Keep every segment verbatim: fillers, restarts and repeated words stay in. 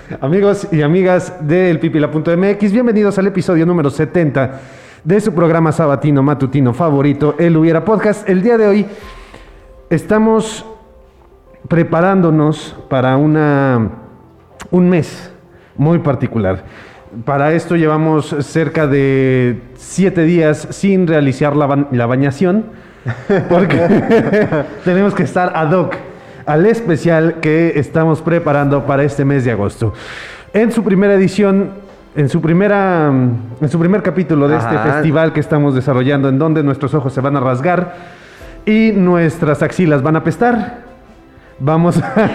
Amigos y amigas del pipila punto m x, bienvenidos al episodio número setenta de su programa sabatino matutino favorito, El Hubiera Podcast. El día de hoy estamos preparándonos para una, un mes muy particular. Para esto llevamos cerca de siete días sin realizar la, ba- la bañación, porque tenemos que estar ad hoc al especial que estamos preparando para este mes de agosto. En su primera edición, en su primera, en su primer capítulo de Ajá. este festival que estamos desarrollando, en donde nuestros ojos se van a rasgar y nuestras axilas van a apestar, vamos a,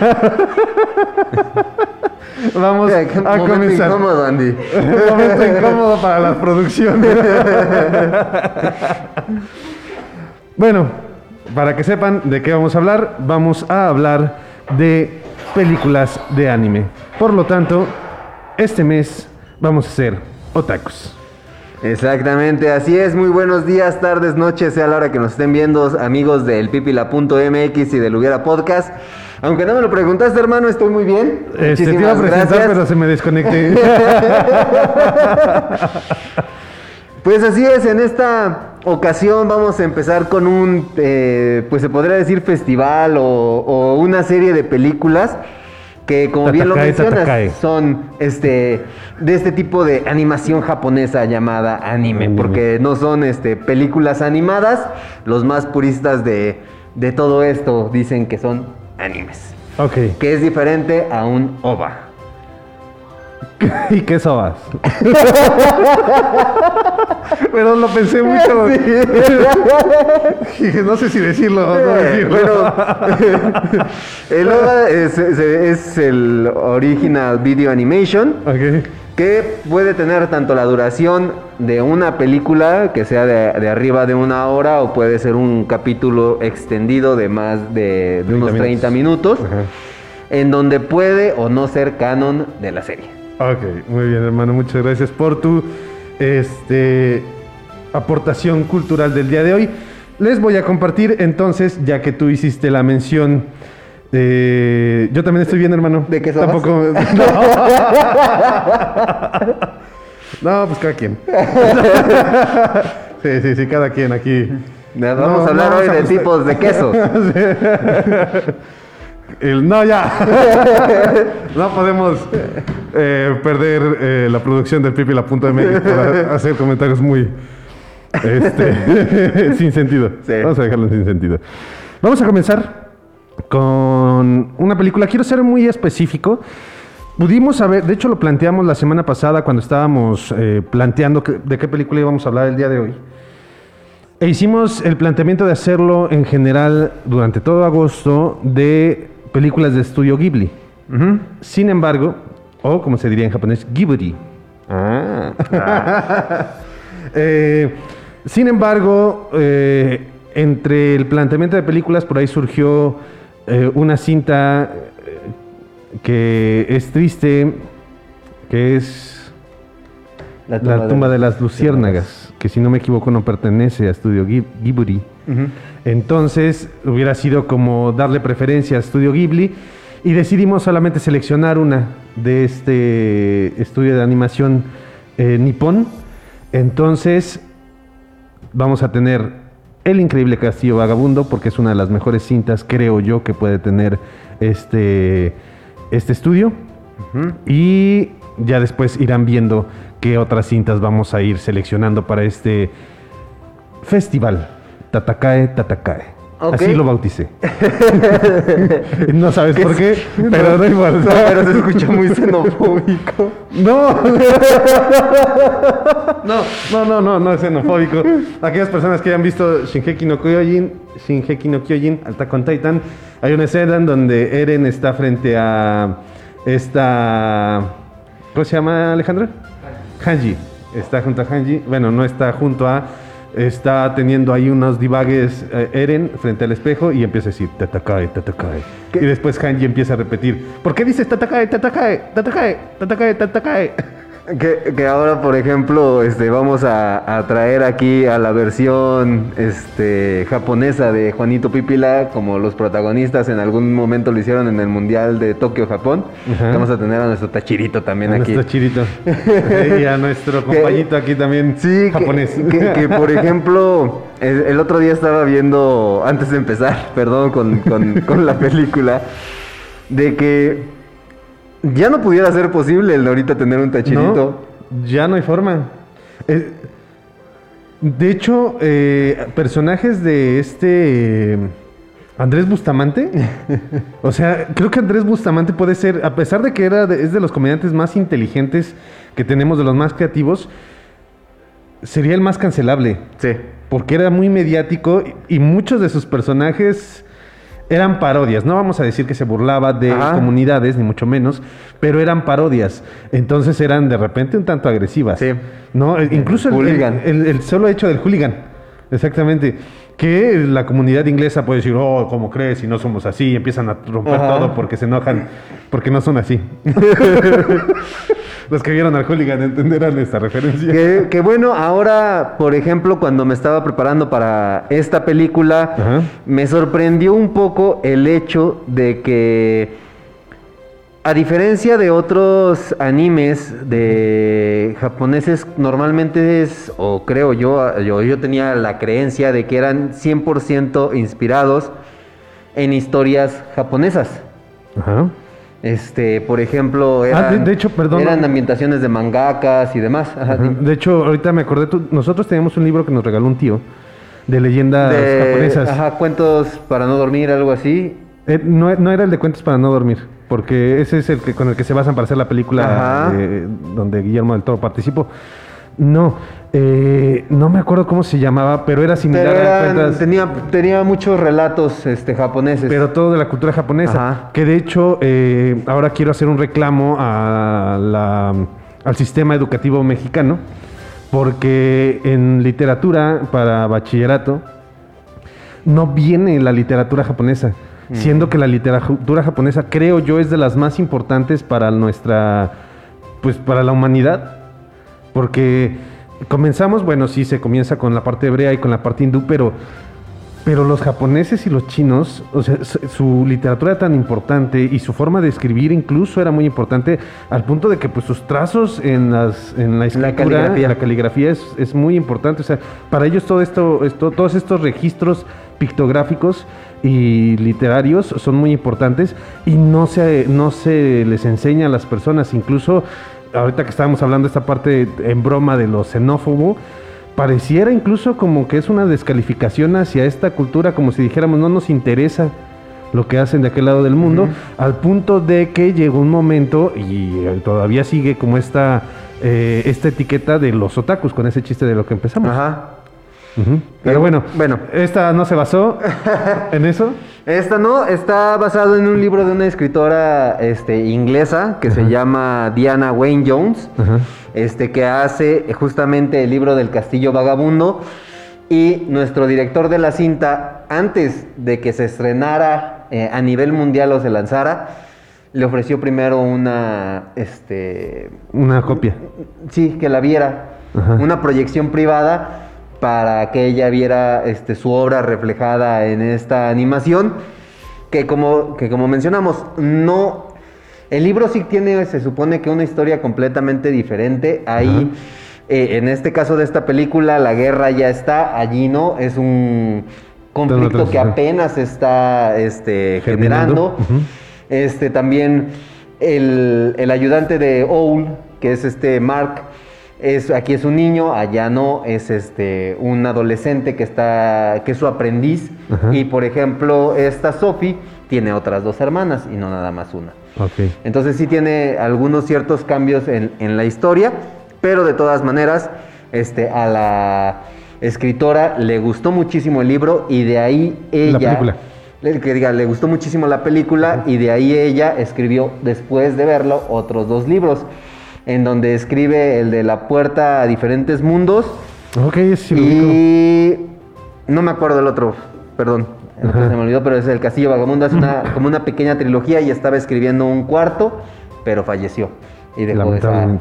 vamos Mira, qué a momento comenzar. incómodo, Andy. Un momento incómodo para la producción. Bueno, para que sepan de qué vamos a hablar, vamos a hablar de películas de anime. Por lo tanto, este mes vamos a ser otakus. Exactamente, así es. Muy buenos días, tardes, noches, sea la hora que nos estén viendo, amigos del pipila punto m x y del Hubiera Podcast. Aunque no me lo preguntaste, hermano, estoy muy bien. Este, te iba a presentar, pero se me desconecté. Pues así es, en esta ocasión vamos a empezar con un, eh, pues se podría decir festival o, o una serie de películas que, como bien lo Tatakae, mencionas, Tatakae. son este, de este tipo de animación japonesa llamada anime, Anime. porque no son este, películas animadas. Los más puristas de, de todo esto dicen que son animes, Ok. que es diferente a un O V A. ¿Y qué sobas? Pero lo pensé mucho. Dije, no sé si decirlo o no Eh, decirlo. bueno, el O V A es, es- es el Original Video Animation, Ok. que puede tener tanto la duración de una película, que sea de, de arriba de una hora, o puede ser un capítulo extendido de más de, de unos treinta treinta minutos, Ajá. en donde puede o no ser canon de la serie. Ok, muy bien, hermano. Muchas gracias por tu este, aportación cultural del día de hoy. Les voy a compartir entonces, ya que tú hiciste la mención. eh, yo también estoy bien, hermano. ¿De qué sobas? Tampoco. No. No, pues cada quien. Sí, sí, sí, cada quien aquí. Vamos No, a hablar no hoy vamos a de buscar- tipos de quesos. El- no, ya. No podemos eh, perder eh, la producción del pipila punto m x para hacer comentarios muy este, sin sentido. Sí. Vamos a dejarlo sin sentido. Vamos a comenzar con una película. Quiero ser muy específico. Pudimos saber, de hecho lo planteamos la semana pasada cuando estábamos eh, planteando que- de qué película íbamos a hablar el día de hoy. E hicimos el planteamiento de hacerlo en general durante todo agosto de películas de estudio Ghibli. Sin embargo, o como se diría en japonés, Ghibli. Ah. Eh, sin embargo, eh, entre el planteamiento de películas por ahí surgió eh, una cinta eh, que es triste, que es La tumba de las luciérnagas, que si no me equivoco no pertenece a Estudio Ghib- Ghibli. Ujú. Entonces hubiera sido como darle preferencia a Estudio Ghibli y decidimos solamente seleccionar una de este estudio de animación eh, nipón. Entonces vamos a tener El Increíble Castillo Vagabundo, porque es una de las mejores cintas, creo yo, que puede tener este, este estudio. Y ya después irán viendo qué otras cintas vamos a ir seleccionando para este festival. Tatakae, Tatakae. Ok. Así lo bauticé. No sabes por qué, pero no importa. No, pero se escucha muy xenofóbico. No. No, no, no, no, no es xenofóbico. Aquellas personas que hayan visto Shingeki no Kyojin, Shingeki no Kyojin, Attack on Titan, hay una escena en donde Eren está frente a esta... ¿Cómo se llama, Alejandra? Hanji. Está junto a Hanji. Bueno, no está junto a... Está teniendo ahí unos divagues eh, Eren frente al espejo y empieza a decir Tatakae, Tatakae. ¿Qué? Y después Hanji empieza a repetir: ¿por qué dices Tatakae, Tatakae, Tatakae, Tatakae, Tatakae? Que, que ahora, por ejemplo, este, vamos a, a traer aquí a la versión este, japonesa de Juanito Pípila, como los protagonistas en algún momento lo hicieron en el Mundial de Tokio, Japón. Ajá. Vamos a tener a nuestro Tachirito también A aquí. nuestro Chirito. Y a nuestro compañito aquí también, Sí, japonés. Que, que, que, por ejemplo, el, el otro día estaba viendo, antes de empezar, perdón, con, con, con la película, de que ya no pudiera ser posible el ahorita tener un Tachirito. No, ya no hay forma. Eh, de hecho, eh, personajes de este... eh, Andrés Bustamante. O sea, creo que Andrés Bustamante puede ser, a pesar de que era de- es de los comediantes más inteligentes que tenemos, de los más creativos, sería el más cancelable. Sí. Porque era muy mediático y, y muchos de sus personajes eran parodias. No vamos a decir que se burlaba de Ajá. comunidades, ni mucho menos, pero eran parodias. Entonces eran de repente un tanto agresivas. Sí. ¿No? Eh, Incluso el, Hooligan. el- el- el solo hecho del hooligan. Exactamente. Que la comunidad inglesa puede decir, oh, ¿cómo crees? Si no somos así. Y empiezan a romper Ajá. todo porque se enojan, porque no son así. Los que vieron al hooligan entenderán esta referencia. Que, que bueno, ahora, por ejemplo, cuando me estaba preparando para esta película, Ajá. me sorprendió un poco el hecho de que, a diferencia de otros animes de japoneses, normalmente es, o creo yo, yo, yo tenía la creencia de que eran cien por ciento inspirados en historias japonesas. Ajá. Este, por ejemplo, Ah, eran, de- de hecho, perdón. eran ambientaciones de mangakas y demás. Ajá, Ajá. dime. De hecho, ahorita me acordé, tú- nosotros teníamos un libro que nos regaló un tío de leyendas De- japonesas. Ajá, cuentos para no dormir, algo así. Eh, no, no era el de Cuentos para no dormir, porque ese es el que con el que se basan para hacer la película Ajá. de- donde Guillermo del Toro participó. No, eh, no me acuerdo cómo se llamaba, pero era similar Pero a eran- cuentas, tenía, tenía muchos relatos este, japoneses. pero todo de la cultura japonesa. Ajá. Que de hecho, eh, ahora quiero hacer un reclamo a la- al sistema educativo mexicano, porque en literatura para bachillerato no viene la literatura japonesa, siendo que la literatura japonesa, creo yo, es de las más importantes para nuestra, pues para la humanidad, porque comenzamos, bueno, sí, se comienza con la parte hebrea y con la parte hindú, pero, pero los japoneses y los chinos, o sea, su, su literatura era tan importante y su forma de escribir incluso era muy importante, al punto de que pues sus trazos en, las, en la escritura, caligrafía. la caligrafía es, es muy importante, o sea, para ellos todo esto, esto, todos estos registros pictográficos y literarios son muy importantes y no se, no se les enseña a las personas, incluso ahorita que estábamos hablando de esta parte en broma de lo xenófobo, pareciera incluso como que es una descalificación hacia esta cultura, como si dijéramos no nos interesa lo que hacen de aquel lado del mundo, al punto de que llegó un momento y eh, todavía sigue como esta, eh, esta etiqueta de los otakus, con ese chiste de lo que empezamos. Ajá. Ujú. Pero Eh, bueno, bueno. esta no se basó en eso. Esta no, está basado en un libro de una escritora este, inglesa que se llama Diana Wynne Jones, Ajá. este, que hace justamente el libro del Castillo Vagabundo. Y nuestro director de la cinta, antes de que se estrenara eh, a nivel mundial o se lanzara, le ofreció primero una, este, Una copia. sí, que la viera, Ajá. una proyección privada para que ella viera este, su obra reflejada en esta animación, que como, que como mencionamos, no, el libro sí tiene, se supone que una historia completamente diferente, ahí, eh, en este caso de esta película, la guerra ya está, allí no, es un conflicto que transición. apenas está este, Germinando. generando, Ujú. este, también el, el ayudante de Owl, que es este Mark, es, aquí es un niño, allá no, es este un adolescente que está, que es su aprendiz. Ajá. Y por ejemplo, esta Sophie tiene otras dos hermanas y no nada más una. Ok. Entonces sí tiene algunos ciertos cambios en, en la historia, pero de todas maneras, este, a la escritora le gustó muchísimo el libro y de ahí ella... La película. Le, que diga, le gustó muchísimo la película y de ahí ella escribió, después de verlo, otros dos libros, en donde escribe el de La Puerta a Diferentes Mundos Ok, sí lo ubico. y no me acuerdo el otro, perdón, el otro Ajá. se me olvidó, pero es El Castillo Vagabundo, es una, como una pequeña trilogía y estaba escribiendo un cuarto, pero falleció y dejó esa, Lamentablemente.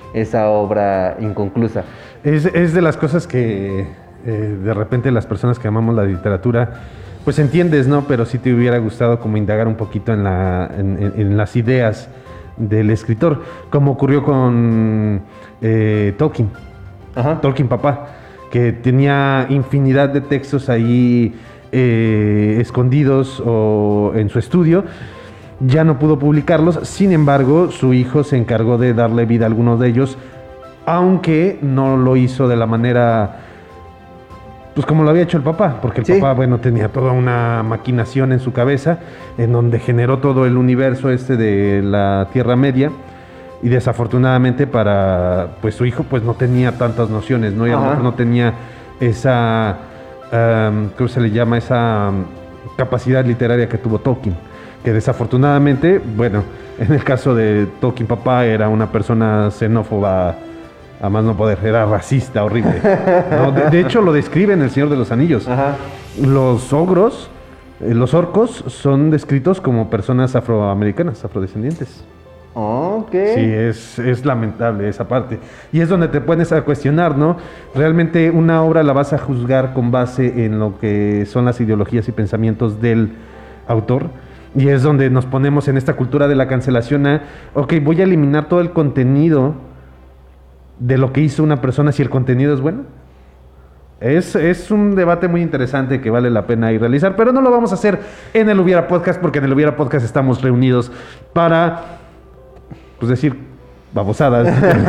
esa obra inconclusa. Es, es de las cosas que eh, de repente las personas que amamos la literatura, pues entiendes, ¿no? Pero sí te hubiera gustado como indagar un poquito en, la, en, en, en las ideas del escritor, como ocurrió con eh, Tolkien. Ajá. Tolkien papá, que tenía infinidad de textos ahí eh, escondidos o en su estudio. Ya no pudo publicarlos, sin embargo, su hijo se encargó de darle vida a algunos de ellos, aunque no lo hizo de la manera, pues como lo había hecho el papá, porque el sí. papá, bueno, tenía toda una maquinación en su cabeza, en donde generó todo el universo este de la Tierra Media, y desafortunadamente para, pues su hijo, pues no tenía tantas nociones, ¿no? Y a lo mejor no tenía esa, um, ¿cómo se le llama? Esa um, capacidad literaria que tuvo Tolkien. Que desafortunadamente, bueno, en el caso de Tolkien papá era una persona xenófoba a más no poder, era racista, horrible, ¿no? de, de hecho lo describe en El Señor de los Anillos. Ajá. Los ogros, eh, los orcos son descritos como personas afroamericanas, afrodescendientes. Ok. Sí, es, es lamentable esa parte. Y es donde te pones a cuestionar, ¿no? Realmente una obra la vas a juzgar con base en lo que son las ideologías y pensamientos del autor. Y es donde nos ponemos en esta cultura de la cancelación a, ok, voy a eliminar todo el contenido de lo que hizo una persona si el contenido es bueno. Es, es un debate muy interesante que vale la pena ir realizar, pero no lo vamos a hacer en el Hubiera Podcast, porque en el Hubiera Podcast estamos reunidos para, pues decir, babosadas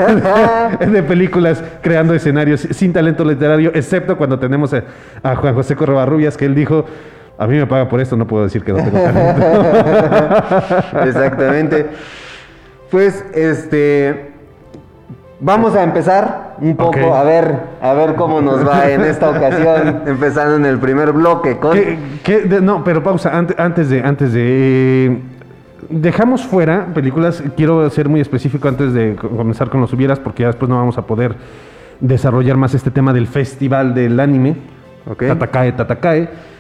de películas, creando escenarios sin talento literario, excepto cuando tenemos a, a Juan José Correvarrubias, que él dijo... A mí me paga por esto, no puedo decir que no tengo talento. Exactamente. Pues, este... Vamos a empezar un poco, okay. a ver a ver cómo nos va en esta ocasión, empezando en el primer bloque. Con... ¿Qué, qué de, no, pero pausa, antes, antes de... antes de eh, dejamos fuera películas, quiero ser muy específico antes de comenzar con los hubieras, porque ya después no vamos a poder desarrollar más este tema del festival del anime. Okay. Tatakae, Tatakae.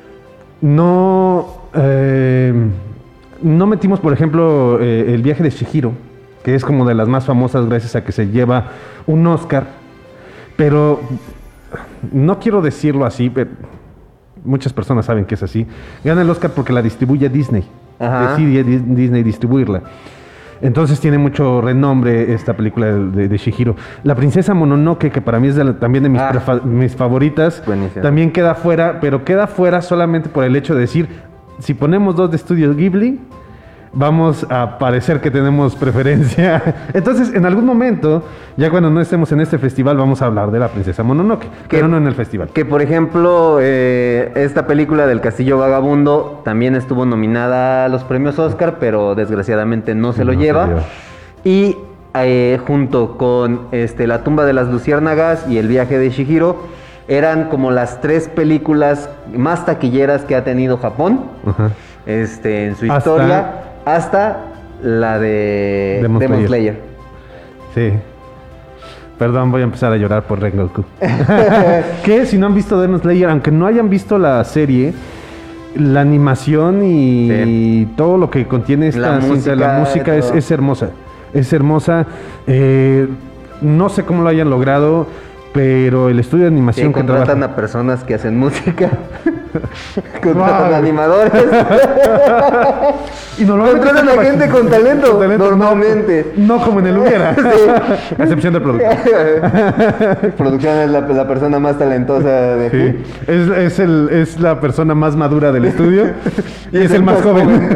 No, eh, no metimos, por ejemplo, eh, el viaje de Chihiro, que es como de las más famosas gracias a que se lleva un Oscar, pero no quiero decirlo así, pero muchas personas saben que es así. Gana el Oscar porque la distribuye Disney, Ajá. decide Disney distribuirla. Entonces tiene mucho renombre esta película de, de, de Chihiro. La princesa Mononoke, que para mí es de la, también de mis, ah, prefa, mis favoritas, buenísimo. También queda fuera, pero queda fuera solamente por el hecho de decir, si ponemos dos de estudios Ghibli, vamos a parecer que tenemos preferencia. Entonces, en algún momento, ya cuando no estemos en este festival, vamos a hablar de la princesa Mononoke, que, pero no en el festival. Que, por ejemplo, eh, esta película del Castillo Vagabundo también estuvo nominada a los premios Oscar, pero desgraciadamente no se lo no lleva. Se lleva. Y eh, junto con este, La tumba de las luciérnagas y El viaje de Chihiro, eran como las tres películas más taquilleras que ha tenido Japón este, en su Hasta... historia. Hasta la de Demon, Demon Slayer. Slayer. Sí. Perdón, voy a empezar a llorar por Rengoku. Que si no han visto Demon Slayer, aunque no hayan visto la serie, la animación y sí. todo lo que contiene esta la cinta, música, la música es, es hermosa. Es hermosa. Eh, no sé cómo lo hayan logrado, pero el estudio de animación sí, que contratan trabaja... a personas que hacen música. Contratan wow. animadores. Y normalmente contratan a gente con talento, con talento normalmente. No, no como en el Hubiera. Sí. A excepción del productor. Producción es la, la persona más talentosa de aquí. Sí. Es, es, el, es la persona más madura del estudio. Y es, es el, el más joven. joven.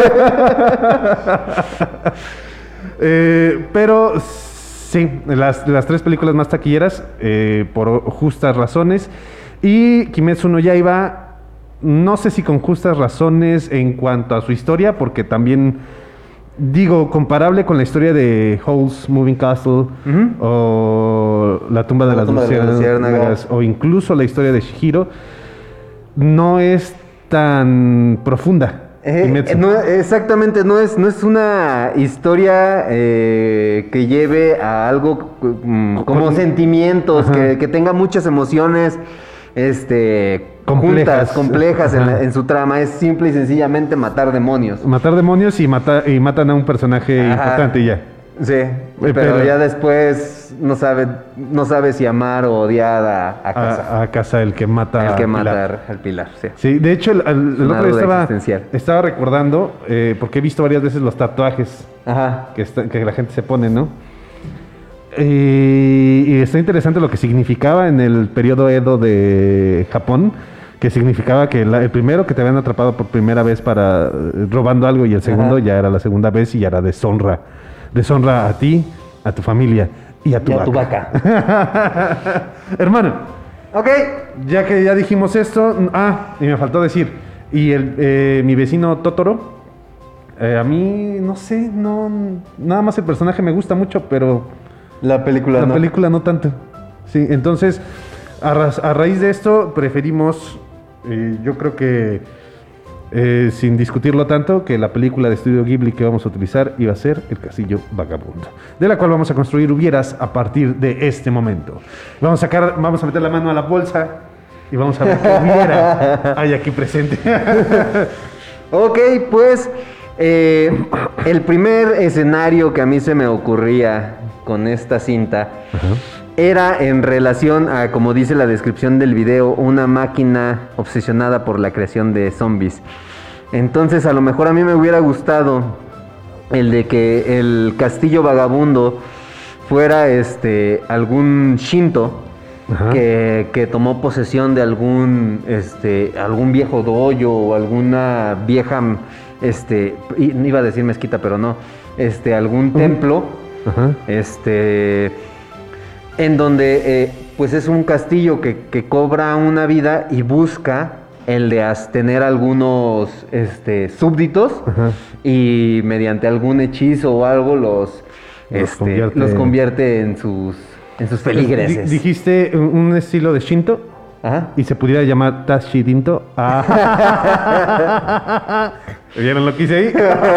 eh, pero sí, las, las tres películas más taquilleras, eh, por justas razones. Y Kimetsu no Yaiba, no sé si con justas razones en cuanto a su historia, porque también, digo, comparable con la historia de Howl's Moving Castle, uh-huh. o La tumba de, la las, tumba de las luciérnagas, o incluso la historia de Chihiro, no es tan profunda. Eh, no, exactamente, no es, no es una historia eh, que lleve a algo um, como con, sentimientos, que, que tenga muchas emociones este, complejas, juntas, complejas en, la, en su trama. Es simple y sencillamente matar demonios. Matar demonios y, mata, y matan a un personaje Ajá. importante y ya. Sí, pero, pero- ya después no sabe, no sabe si amar o odiar a, a casa. A, a casa el que mata el que a mata Pilar. al Pilar, sí. Sí, de hecho, el, el- el Una otro día duda estaba, existencial. estaba recordando, eh, porque he visto varias veces los tatuajes Ajá. que, está- que la gente se pone, ¿no? Eh, y está interesante lo que significaba en el periodo Edo de Japón, que significaba que la- el primero que te habían atrapado por primera vez para eh, robando algo y el segundo Ajá. ya era la segunda vez y ya era deshonra. Deshonra a ti, a tu familia y a tu Y a vaca. tu vaca. Hermano, Ok. ya que ya dijimos esto, ah, y me faltó decir, y el, eh, mi vecino Totoro, eh, a mí, no sé, no, nada más el personaje me gusta mucho, pero La película la no. película no tanto. Sí, entonces, a, ra- a raíz de esto, preferimos, eh, yo creo que, eh, sin discutirlo tanto, que la película de estudio Ghibli que vamos a utilizar iba a ser El Castillo Vagabundo, de la cual vamos a construir hubieras a partir de este momento. Vamos a sacar, vamos a meter la mano a la bolsa y vamos a ver qué hubiera hay aquí presente. Ok, pues eh, el primer escenario que a mí se me ocurría con esta cinta era en relación a, como dice la descripción del video, una máquina obsesionada por la creación de zombies. Entonces a lo mejor a mí me hubiera gustado el de que el castillo vagabundo fuera este algún Shinto Ajá. que, que tomó posesión de algún este algún viejo dojo o alguna vieja este i- iba a decir mezquita pero no este algún Ujú. templo Ajá. este en donde eh, pues es un castillo que, que cobra una vida y busca el de as- tener algunos este súbditos Ajá. y mediante algún hechizo o algo los Los este, convierte- los convierte en sus en sus Di- feligreses. dijiste un un estilo de Shinto Ajá. y se pudiera llamar Tashi Dinto. Ah. ¿Vieron lo que hice ahí?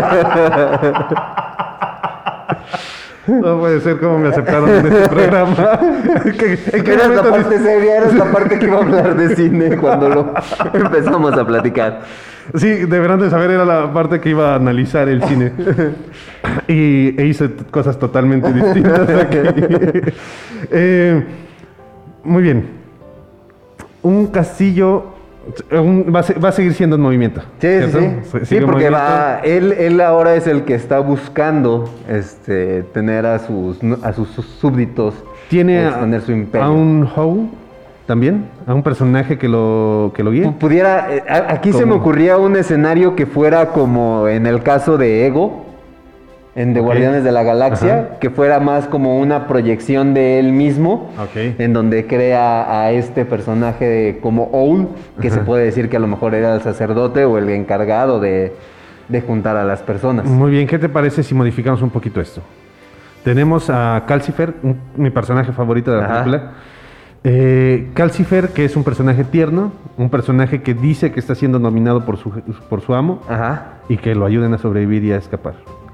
No puede ser como me aceptaron en este programa. ¿Qué- ¿En qué Eras la momento parte dices- seria, eras la parte que iba a hablar de cine cuando lo empezamos a platicar. Sí, deberán de saber, era la parte que iba a analizar el cine. Y e hice t- cosas totalmente distintas aquí. Eh, muy bien. Un castillo un- va, a, se- va a seguir siendo en movimiento. Sí, sí, ¿cierto? sí. Se- Sí, sigue en porque movimiento. va, él, él ahora es el que está buscando este, tener a sus, a sus súbditos. Tiene o a, expandir su imperio. a un Hou también, a un personaje que lo, que lo guíe. Pu- Pudiera, eh, a- aquí se me ¿Cómo? ocurría un escenario que fuera como en el caso de Ego, en The Ok. Guardianes de la Galaxia, Ajá. que fuera más como una proyección de él mismo, Ok. en donde crea a este personaje de- como Owl, que se Ajá. puede decir que a lo mejor era el sacerdote o el encargado de, de juntar a las personas. Muy bien, ¿qué te parece si modificamos un poquito esto? Tenemos a Calcifer, un- mi personaje favorito de la Ajá. película. Eh, Calcifer, que es un personaje tierno, un personaje que dice que está siendo nominado por su, por su amo Ajá. y que lo ayuden a sobrevivir y a escapar.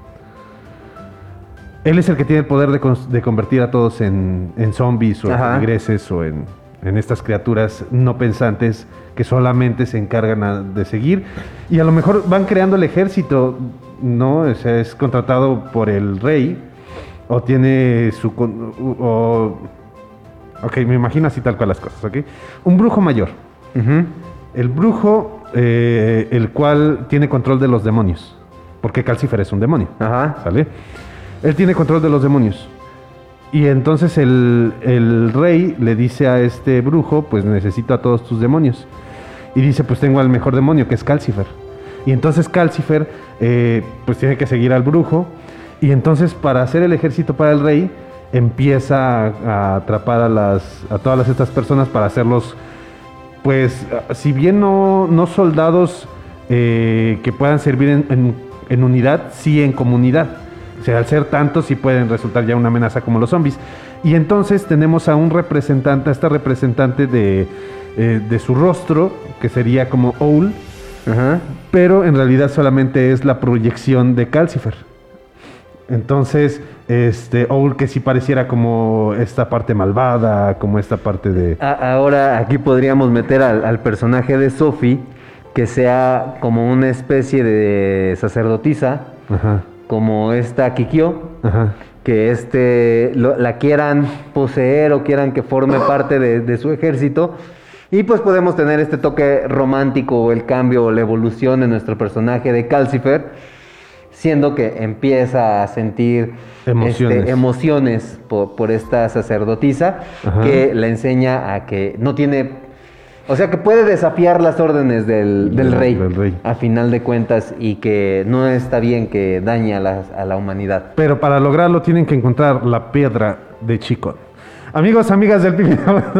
Él es el que tiene el poder de, cons- de convertir a todos en, en zombies o en Ajá. feligreses o en, en estas criaturas no pensantes que solamente se encargan a- de seguir y a lo mejor van creando el ejército, ¿no? O sea, es contratado por el rey o tiene su... con- u- o- ok, me imagino así tal cual las cosas, ¿ok? Un brujo mayor. Ujú. El brujo, eh, el cual tiene control de los demonios, porque Calcifer es un demonio. Ajá. ¿Sale? Él tiene control de los demonios. Y entonces el, el rey le dice a este brujo, pues necesito a todos tus demonios. Y dice, pues tengo al mejor demonio, que es Calcifer. Y entonces Calcifer, eh, pues tiene que seguir al brujo. Y entonces para hacer el ejército para el rey, empieza a, a atrapar a, las, a todas las, estas personas para hacerlos, pues, si bien no, no soldados eh, que puedan servir en, en- en unidad, sí en comunidad. O sea, al ser tantos sí pueden resultar ya una amenaza como los zombies. Y entonces tenemos a un representante, a esta representante de, eh, de su rostro, que sería como Owl, Ajá. pero en realidad solamente es la proyección de Calcifer. Entonces, este Owl que sí pareciera como esta parte malvada, como esta parte de... A- Ahora aquí podríamos meter al, al personaje de Sophie, que sea como una especie de sacerdotisa, Ajá, como esta Kikyo, ajá. que este, lo, la quieran poseer o quieran que forme parte de, de su ejército. Y pues podemos tener este toque romántico o el cambio o la evolución en nuestro personaje de Calcifer, siendo que empieza a sentir emociones, este, emociones por, por esta sacerdotisa. Ajá. Que le enseña a que no tiene... O sea, que puede desafiar las órdenes del, del, rey, del rey, a final de cuentas, y que no está bien que dañe a la, a la humanidad. Pero para lograrlo tienen que encontrar la piedra de Chicón. Amigos, amigas del Pipi,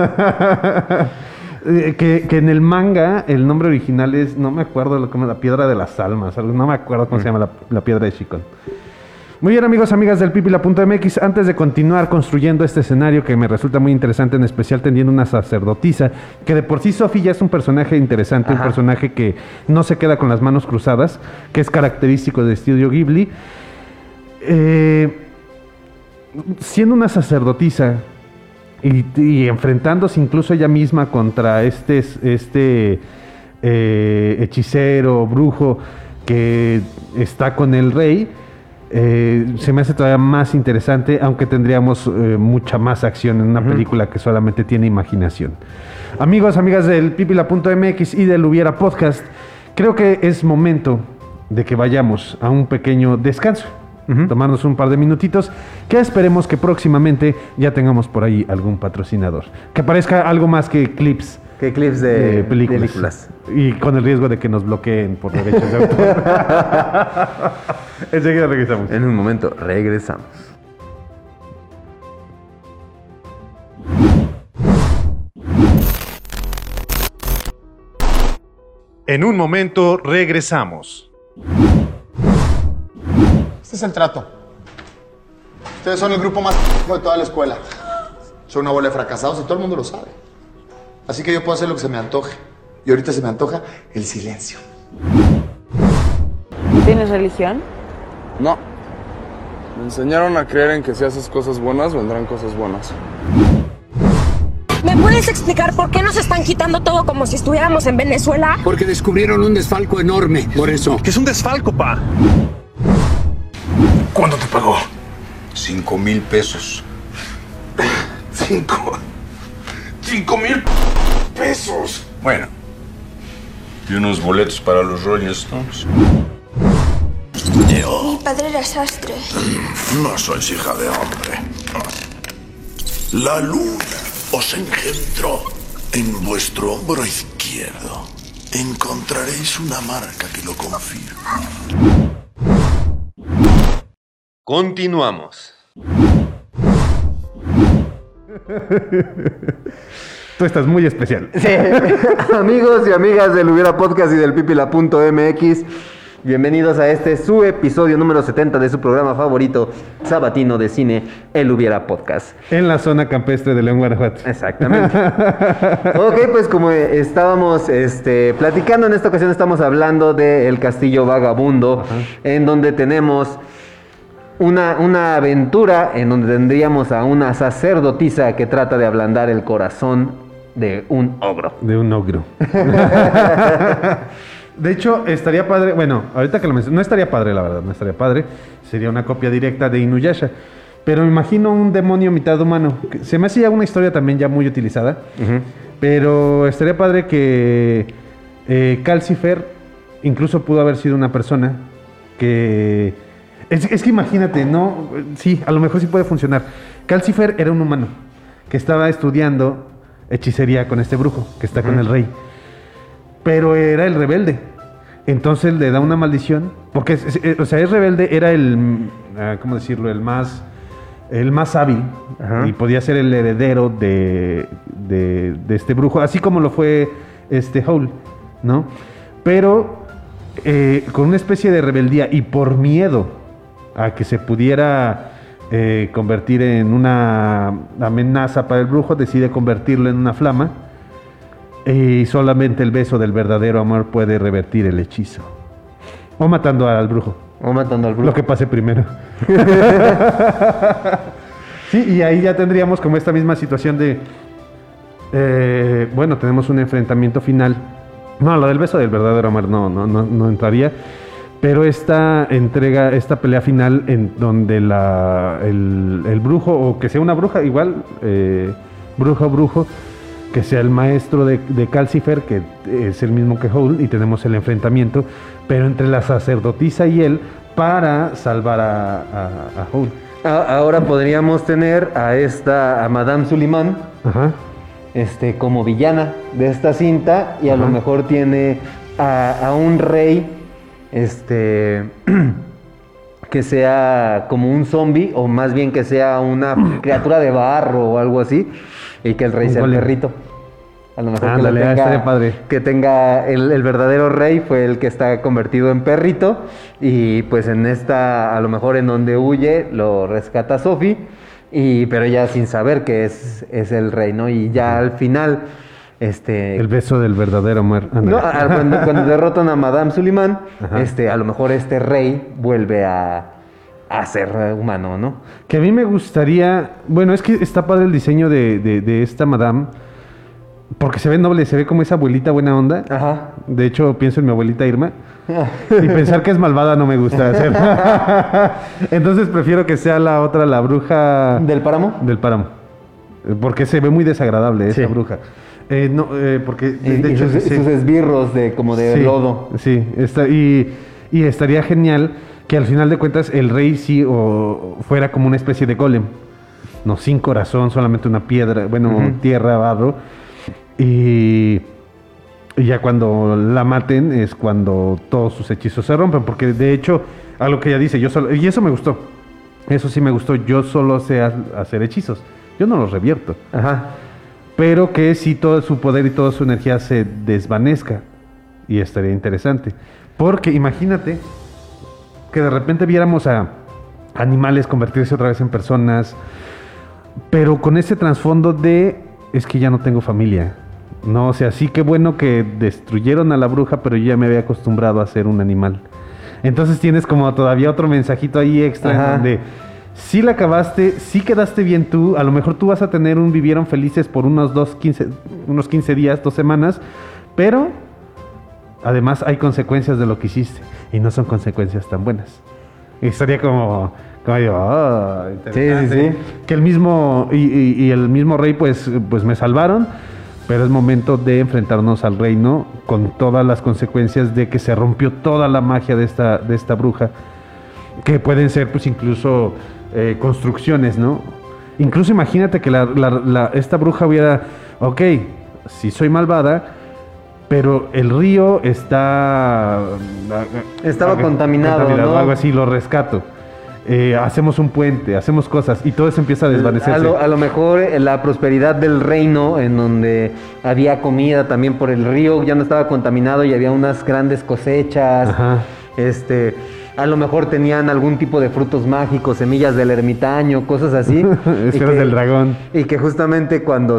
que, que en el manga el nombre original es, no me acuerdo, lo como la piedra de las almas, no me acuerdo cómo mm. se llama la, la piedra de Chicón. Muy bien, amigos, amigas del pipila punto m x, antes de continuar construyendo este escenario que me resulta muy interesante, en especial teniendo una sacerdotisa, que de por sí Sophie ya es un personaje interesante, Ajá. un personaje que no se queda con las manos cruzadas, que es característico de Estudio Ghibli. Eh, siendo una sacerdotisa y, y enfrentándose incluso ella misma contra este, este eh, hechicero, brujo que está con el rey, Eh, se me hace todavía más interesante, aunque tendríamos eh, mucha más acción en una uh-huh. película que solamente tiene imaginación. Amigos, amigas del pipila punto m x y del Hubiera Podcast, creo que es momento de que vayamos a un pequeño descanso, uh-huh. tomarnos un par de minutitos, que esperemos que próximamente ya tengamos por ahí algún patrocinador, que aparezca algo más que clips. ¿Qué clips de, de películas. películas? Y con el riesgo de que nos bloqueen por derechos de autor. Enseguida regresamos. En un momento, regresamos. En un momento, regresamos. Este es el trato. Ustedes son el grupo más de toda la escuela. Son una bola de fracasados y todo el mundo lo sabe. Así que yo puedo hacer lo que se me antoje. Y ahorita se me antoja el silencio. ¿Tienes religión? No. Me enseñaron a creer en que si haces cosas buenas, vendrán cosas buenas. ¿Me puedes explicar por qué nos están quitando todo como si estuviéramos en Venezuela? Porque descubrieron un desfalco enorme, por eso. ¿Qué es un desfalco, pa? ¿Cuánto te pagó? Cinco mil pesos. Cinco... ¡Cinco mil pesos! Bueno, y unos boletos para los Rolling Stones. Yo... Mi padre era sastre. No sois hija de hombre. La luna os engendró. En vuestro hombro izquierdo encontraréis una marca que lo confirma. Continuamos. Tú estás muy especial. Sí. Amigos y amigas del Hubiera Podcast y del pipila punto m x, bienvenidos a este su episodio número setenta de su programa favorito sabatino de cine, el Hubiera Podcast. En la zona campestre de León, Guanajuato. Exactamente. Ok, pues como estábamos este, platicando, en esta ocasión estamos hablando del Castillo Vagabundo, Ajá. en donde tenemos Una, una aventura en donde tendríamos a una sacerdotisa que trata de ablandar el corazón de un ogro. De un ogro. De hecho, estaría padre, bueno, ahorita que lo menciono, no estaría padre, la verdad, no estaría padre. Sería una copia directa de Inuyasha. Pero me imagino un demonio mitad humano. Se me hace ya una historia también ya muy utilizada. Uh-huh. Pero estaría padre que eh, Calcifer incluso pudo haber sido una persona que... Es, es que imagínate, ¿no? Sí, a lo mejor sí puede funcionar. Calcifer era un humano que estaba estudiando hechicería con este brujo que está uh-huh. con el rey. Pero era el rebelde. Entonces le da una maldición. Porque, es, es, o sea, es rebelde, era el... ¿Cómo decirlo? El más... El más hábil. Uh-huh. Y podía ser el heredero de, de, de este brujo. Así como lo fue este Howl, ¿no? Pero eh, con una especie de rebeldía y por miedo a que se pudiera eh, convertir en una amenaza para el brujo, decide convertirlo en una flama, y solamente el beso del verdadero amor puede revertir el hechizo. O matando al brujo. O matando al brujo. Lo que pase primero. Sí, y ahí ya tendríamos como esta misma situación de... Eh, bueno, tenemos un enfrentamiento final. No, lo del beso del verdadero amor no, no, no, no entraría. Pero esta entrega, esta pelea final en donde la, el, el brujo, o que sea una bruja, igual, eh, bruja o brujo, que sea el maestro de, de Calcifer, que es el mismo que Howl, y tenemos el enfrentamiento, pero entre la sacerdotisa y él, para salvar a, a, a Howl. Ahora podríamos tener a esta, a Madame Suleiman, Ajá. este, como villana de esta cinta, y a Ajá. lo mejor tiene a, a un rey, este, que sea como un zombie, o más bien que sea una criatura de barro o algo así, y que el rey Un sea el golem. perrito. A lo mejor Ándale, que, lo ah, tenga, estaría padre. que tenga el, el verdadero rey fue el que está convertido en perrito, y pues en esta, a lo mejor en donde huye, lo rescata Sophie, y, pero ya sin saber que es, es el rey, ¿no? Y ya al final, este... El beso del verdadero amor. No, a- cuando, cuando derrotan a Madame Suleiman, Ajá. este, a lo mejor este rey vuelve a, a ser humano, ¿no? Que a mí me gustaría, bueno, es que está padre el diseño de, de, de esta madame, porque se ve noble, se ve como esa abuelita buena onda. Ajá. De hecho, pienso en mi abuelita Irma. Y pensar que es malvada no me gusta hacer. Entonces prefiero que sea la otra, la bruja... ¿Del páramo? Del páramo. Eh, Porque se ve muy desagradable esa Sí. bruja. Eh, no, eh, porque de, Y, de y hecho... sus, sí. sus esbirros de como de Sí, lodo. Sí, está, y, y estaría genial que al final de cuentas el rey sí o fuera como una especie de golem. No, sin corazón, solamente una piedra, bueno, Ujú. tierra, barro. Y, y ya cuando la maten es cuando todos sus hechizos se rompen. Porque de hecho, algo que ella dice, yo solo, y eso me gustó. Eso sí me gustó, yo solo sé ha- hacer hechizos. Yo no los revierto. Ajá. Pero que sí todo su poder y toda su energía se desvanezca. Y estaría interesante. Porque imagínate que de repente viéramos a animales convertirse otra vez en personas, pero con ese trasfondo de, es que ya no tengo familia. No, o sea, sí que bueno que destruyeron a la bruja, pero yo ya me había acostumbrado a ser un animal. Entonces tienes como todavía otro mensajito ahí extra en Ajá. donde sí la acabaste, sí quedaste bien tú, a lo mejor tú vas a tener un vivieron felices por unos dos, quince, unos quince días, dos semanas, pero además hay consecuencias de lo que hiciste y no son consecuencias tan buenas. Y estaría como, como digo, "Ah, interesante". Sí, sí, sí. Que el mismo y, y- y el mismo rey pues, pues me salvaron, pero es momento de enfrentarnos al reino con todas las consecuencias de que se rompió toda la magia de esta, de esta bruja, que pueden ser pues incluso eh, construcciones, ¿no? Incluso imagínate que la, la- la- esta bruja hubiera, ok, si soy malvada, pero el río está... Estaba ah, contaminado, ¿no? algo así, lo rescato. Eh, hacemos un puente, hacemos cosas y todo eso empieza a desvanecerse. A lo, a lo mejor eh, la prosperidad del reino, en donde había comida también por el río, ya no estaba contaminado y había unas grandes cosechas. Ajá. Este, a lo mejor tenían algún tipo de frutos mágicos, semillas del ermitaño, cosas así. Y Esferas que- del dragón. Y que justamente cuando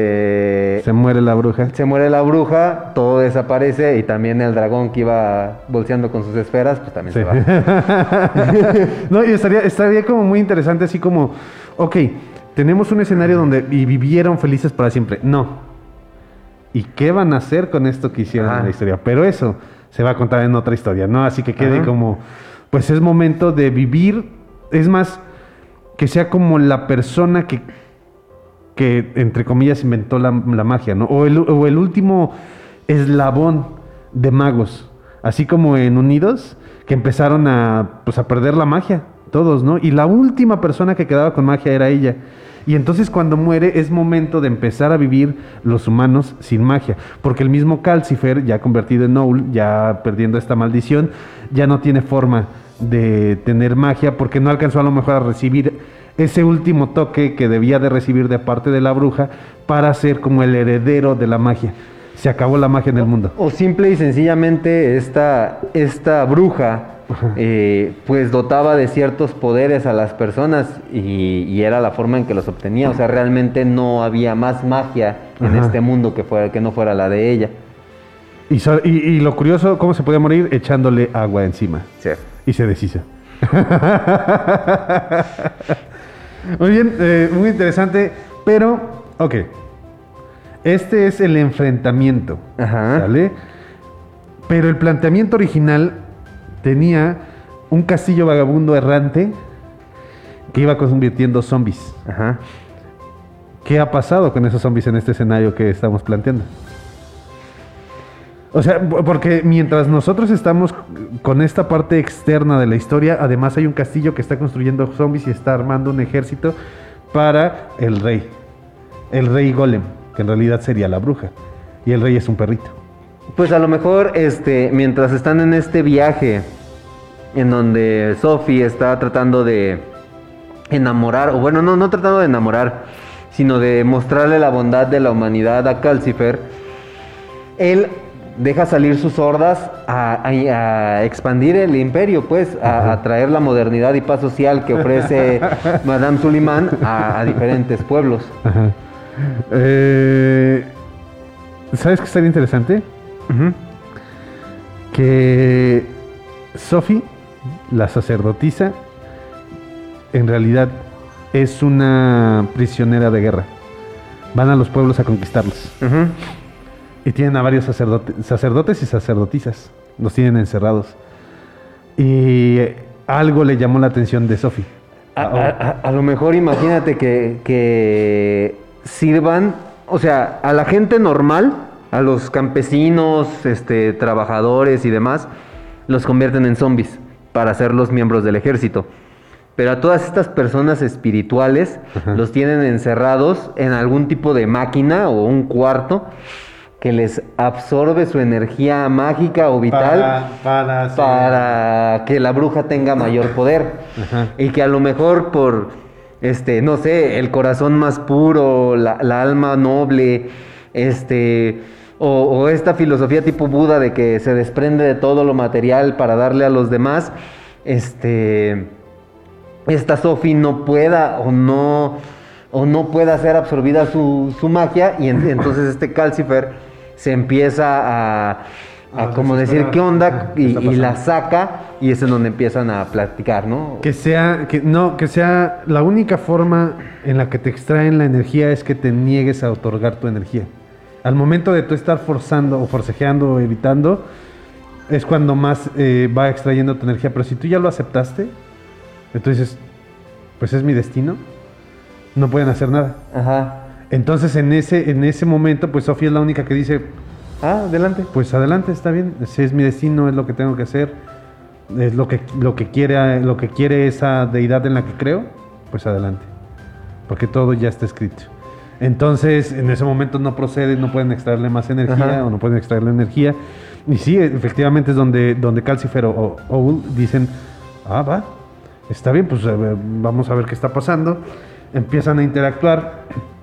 se, Se muere la bruja. se muere la bruja, todo desaparece y también el dragón que iba bolseando con sus esferas, pues también Sí. se va. No, y estaría, estaría como muy interesante, así como, ok, tenemos un escenario donde y vivieron felices para siempre. No. ¿Y qué van a hacer con esto que hicieron Ajá. en la historia? Pero eso se va a contar en otra historia, ¿no? Así que quede Ajá. como, pues es momento de vivir, es más, que sea como la persona que, que entre comillas, inventó la, la magia, ¿no? O el, o el último eslabón de magos, así como en Unidos, que empezaron a, pues, a perder la magia, todos, ¿no? Y la última persona que quedaba con magia era ella. Y entonces cuando muere es momento de empezar a vivir los humanos sin magia, porque el mismo Calcifer, ya convertido en Howl, ya perdiendo esta maldición, ya no tiene forma de tener magia, porque no alcanzó a lo mejor a recibir ese último toque que debía de recibir de parte de la bruja para ser como el heredero de la magia. Se acabó la magia en el mundo. O simple y sencillamente esta, esta bruja eh, pues dotaba de ciertos poderes a las personas y, y era la forma en que los obtenía. O sea, realmente no había más magia en Ajá. este mundo que, fuera, que no fuera la de ella. Y, so- y, y lo curioso, ¿cómo se podía morir? Echándole agua encima. Sí. Y se deshizo. Muy bien, eh, muy interesante. Pero, ok. Este es el enfrentamiento. Ajá. ¿Sale? Pero el planteamiento original tenía un castillo vagabundo errante que iba convirtiendo zombies. Ajá. ¿Qué ha pasado con esos zombies en este escenario que estamos planteando? O sea, porque mientras nosotros estamos con esta parte externa de la historia, además hay un castillo que está construyendo zombies y está armando un ejército para el rey. El rey Golem, que en realidad sería la bruja. Y el rey es un perrito. Pues a lo mejor, este, mientras están en este viaje, en donde Sophie está tratando de enamorar, o bueno, no, no tratando de enamorar, sino de mostrarle la bondad de la humanidad a Calcifer, él deja salir sus hordas a, a, a expandir el imperio, pues, a, a traer la modernidad y paz social que ofrece Madame Suleiman a, a diferentes pueblos. Ajá. Eh, ¿Sabes qué estaría interesante? Uh-huh. Que Sophie, la sacerdotisa, en realidad es una prisionera de guerra. Van a los pueblos a conquistarlos. Uh-huh. Y tienen a varios sacerdote, sacerdotes y sacerdotisas. Los tienen encerrados. Y algo le llamó la atención de Sophie. A, a, a, a lo mejor imagínate que, que sirvan, o sea, a la gente normal, a los campesinos, este, trabajadores y demás, los convierten en zombies para ser los miembros del ejército. Pero a todas estas personas espirituales, ajá, los tienen encerrados en algún tipo de máquina o un cuarto que les absorbe su energía mágica o vital para, para, para que la bruja tenga mayor poder. Ajá. Y que a lo mejor por, este, no sé, el corazón más puro, la, la alma noble, este, o, o esta filosofía tipo Buda de que se desprende de todo lo material para darle a los demás, este, esta Sophie no pueda o no, o no pueda ser absorbida su, su magia, y en, entonces este Calcifer se empieza a, a, a como decir qué onda, y, y la saca, y es en donde empiezan a platicar, ¿no? Que sea, que no, que sea la única forma en la que te extraen la energía es que te niegues a otorgar tu energía. Al momento de tú estar forzando o forcejeando o evitando, es cuando más eh, va extrayendo tu energía. Pero si tú ya lo aceptaste, entonces, pues es mi destino, no pueden hacer nada. Ajá. Entonces en ese, en ese momento, pues Sofía es la única que dice, ah, adelante. Pues adelante, está bien, ese es mi destino, es lo que tengo que hacer, es lo que, lo que quiere, lo que quiere esa deidad en la que creo, pues adelante. Porque todo ya está escrito. Entonces, en ese momento no procede, no pueden extraerle más energía, ajá, o no pueden extraerle energía. Y sí, efectivamente es donde, donde Calcifer o Owl dicen, ah, va, está bien, pues vamos a ver qué está pasando. Empiezan a interactuar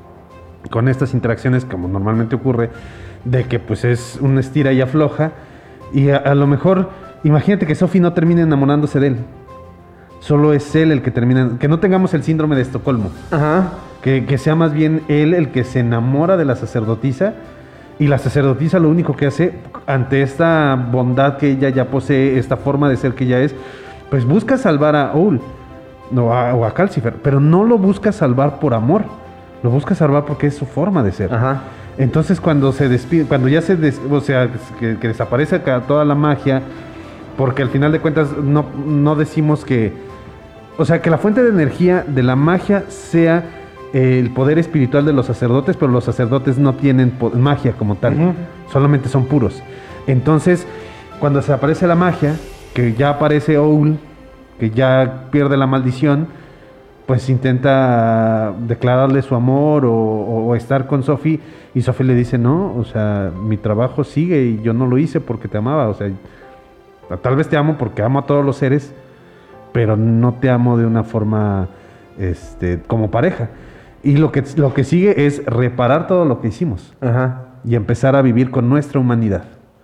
con estas interacciones, como normalmente ocurre, de que pues es un estira y afloja, y a, a lo mejor, imagínate que Sophie no termine enamorándose de él, solo es él el que termina, que no tengamos el síndrome de Estocolmo, ajá, que, que sea más bien él el que se enamora de la sacerdotisa, y la sacerdotisa lo único que hace ante esta bondad que ella ya posee, esta forma de ser que ella es, pues busca salvar a Owl, no, a, o a Calcifer, pero no lo busca salvar por amor, lo busca salvar porque es su forma de ser. Ajá. Entonces cuando se despide, cuando ya se des, o sea, que, que desaparece toda la magia, porque al final de cuentas no, no decimos que, o sea, que la fuente de energía de la magia sea eh, el poder espiritual de los sacerdotes, pero los sacerdotes no tienen magia como tal, uh-huh, solamente son puros. Entonces, cuando desaparece la magia, que ya aparece Owl, que ya pierde la maldición, pues intenta declararle su amor o, o, o estar con Sophie, y Sophie le dice, no, o sea, mi trabajo sigue y yo no lo hice porque te amaba, o sea, tal vez te amo porque amo a todos los seres, pero no te amo de una forma este, como pareja. Y lo que, lo que sigue es reparar todo lo que hicimos, ajá, y empezar a vivir con nuestra humanidad.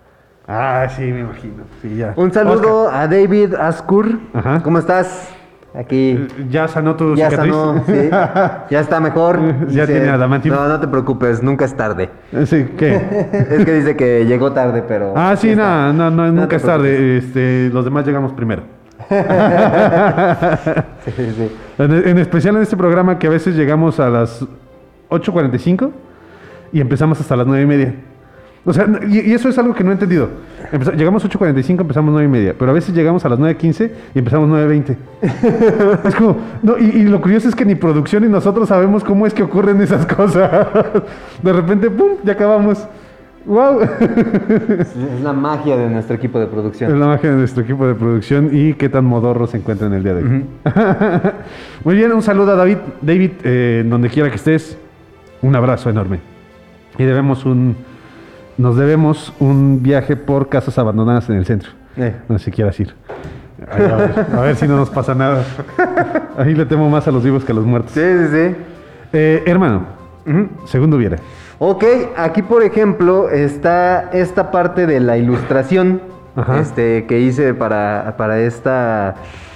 Ah, sí, me imagino. Sí, ya. Un saludo Oscar. A David Askur. Ajá. ¿Cómo estás? Aquí. ¿Ya sanó tu ya cicatriz? Sanó, sí. Ya está mejor. Ya dice, tiene adamantium. No, no te preocupes, nunca es tarde. Sí, ¿qué? Es que dice que llegó tarde, pero... Ah, sí, no, no, no, no nunca es tarde. Este, los demás llegamos primero. Sí, sí. En, en especial en este programa que a veces llegamos a las ocho cuarenta y cinco y empezamos hasta las nueve y media. O sea, y, y eso es algo que no he entendido. Empeza- llegamos ocho cuarenta y cinco, empezamos nueve y media, pero a veces llegamos a las nueve quince y empezamos nueve veinte. Es como, no, y, y lo curioso es que ni producción ni nosotros sabemos cómo es que ocurren esas cosas. De repente, ¡pum!, ya acabamos. ¡Wow! Es la magia de nuestro equipo de Es producción. la magia de nuestro equipo de producción y qué tan modorro se encuentra en el día de hoy. Uh-huh. Muy bien, un saludo a David. David, eh, en donde quiera que estés, un abrazo enorme. Y debemos un, nos debemos un viaje por casas abandonadas en el centro. Eh. No sé si quieras ir. Ay, a, ver, a ver si no nos pasa nada. Ahí le temo más a los vivos que a los muertos. Sí, sí, sí. Eh, hermano, uh-huh, segundo viera. Ok, aquí por ejemplo está esta parte de la ilustración este, que hice para, para esta...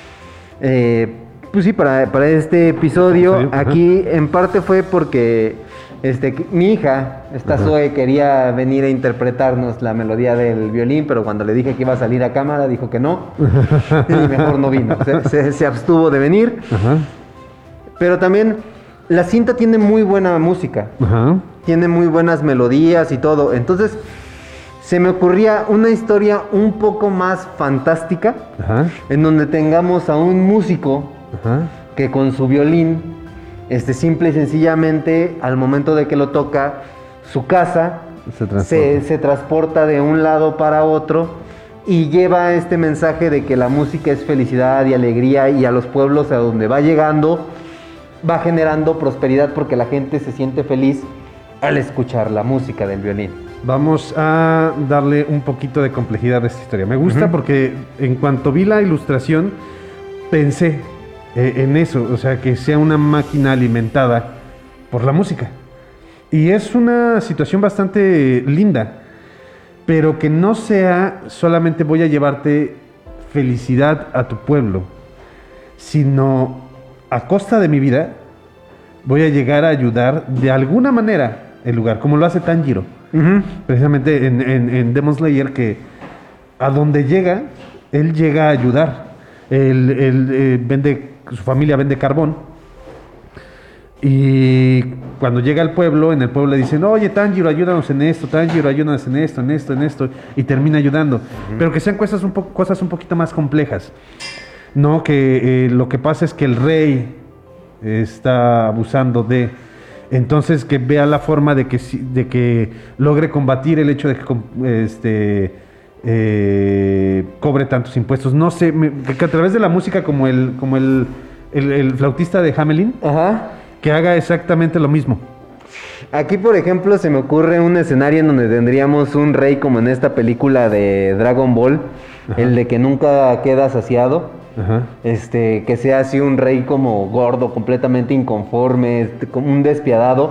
Eh, pues sí, para, para este episodio. Sí, aquí en parte fue porque este, mi hija, esta Ajá. Zoe, quería venir a interpretarnos la melodía del violín, pero cuando le dije que iba a salir a cámara, dijo que no. Y mejor no vino. Se, se, se abstuvo de venir. Ajá. Pero también la cinta tiene muy buena música. Ajá. Tiene muy buenas melodías y todo. Entonces, se me ocurría una historia un poco más fantástica, Ajá. en donde tengamos a un músico Ajá. que con su violín, este, simple y sencillamente, al momento de que lo toca, su casa Se transporta. se, se transporta de un lado para otro y lleva este mensaje de que la música es felicidad y alegría, y a los pueblos a donde va llegando va generando prosperidad porque la gente se siente feliz al escuchar la música del violín. Vamos a darle un poquito de complejidad a esta historia. Me gusta uh-huh. porque en cuanto vi la ilustración, pensé eh, en eso, o sea, que sea una máquina alimentada por la música. Y es una situación bastante linda, pero que no sea solamente voy a llevarte felicidad a tu pueblo, sino a costa de mi vida voy a llegar a ayudar de alguna manera el lugar, como lo hace Tanjiro. Uh-huh. Precisamente en, en, en Demon Slayer, que a donde llega, él llega a ayudar. Él, él eh, vende, su familia vende carbón. Y cuando llega al pueblo, en el pueblo le dicen, oye, Tanjiro, ayúdanos en esto, Tanjiro, ayúdanos en esto, en esto, en esto. Y termina ayudando. Uh-huh. Pero que sean cosas un, po- cosas un poquito más complejas. No, que eh, lo que pasa es que el rey está abusando de... Entonces que vea la forma de que, de que logre combatir el hecho de que este, eh, cobre tantos impuestos. No sé, me, que a través de la música, como el, como el, el, el flautista de Hamelin, Ajá. que haga exactamente lo mismo. Aquí, por ejemplo, se me ocurre un escenario en donde tendríamos un rey como en esta película de Dragon Ball, Ajá. el de que nunca queda saciado. Ajá. Este, que sea así un rey como gordo, completamente inconforme, este, como un despiadado,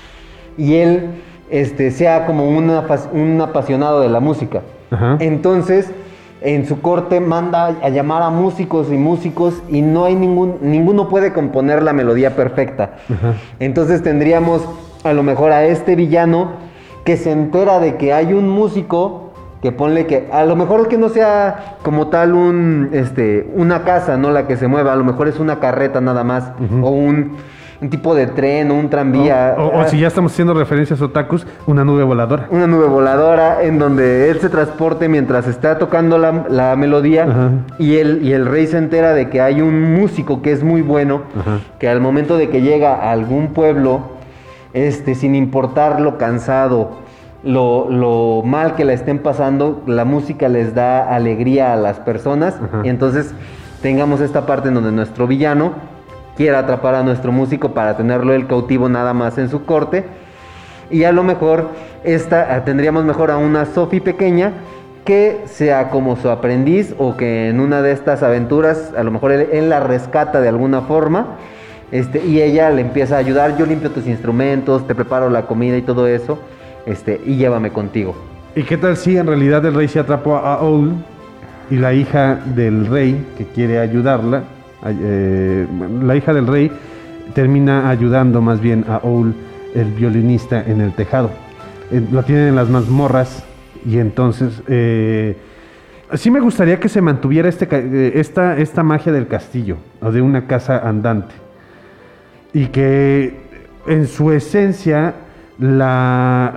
y él este, sea como un, un apasionado de la música. Ajá. Entonces, en su corte manda a llamar a músicos y músicos y no hay ningún, ninguno puede componer la melodía perfecta. Ajá. Entonces tendríamos a lo mejor a este villano que se entera de que hay un músico que ponle que, a lo mejor que no sea como tal un, este, una casa, ¿no? La que se mueva, a lo mejor es una carreta nada más, uh-huh. o un, un tipo de tren o un tranvía. O, o, o si ya estamos haciendo referencias a otakus, una nube voladora. Una nube voladora en donde él se transporte mientras está tocando la, la melodía, uh-huh. y, el, y el rey se entera de que hay un músico que es muy bueno, uh-huh. que al momento de que llega a algún pueblo, este, sin importar lo cansado, Lo, lo mal que la estén pasando, la música les da alegría a las personas. Ajá. Y entonces tengamos esta parte en donde nuestro villano quiera atrapar a nuestro músico para tenerlo el cautivo nada más en su corte. Y a lo mejor esta, tendríamos mejor a una Sophie pequeña que sea como su aprendiz, o que en una de estas aventuras a lo mejor él, él la rescata de alguna forma, este, y ella le empieza a ayudar. Yo limpio tus instrumentos, te preparo la comida y todo eso. Este, y llévame contigo. ¿Y qué tal si en realidad el rey se atrapó a Owl y la hija del rey que quiere ayudarla, eh, la hija del rey termina ayudando más bien a Owl, el violinista, en el tejado? Eh, lo tienen en las mazmorras y entonces eh, sí me gustaría que se mantuviera este, esta, esta magia del castillo o de una casa andante, y que en su esencia la...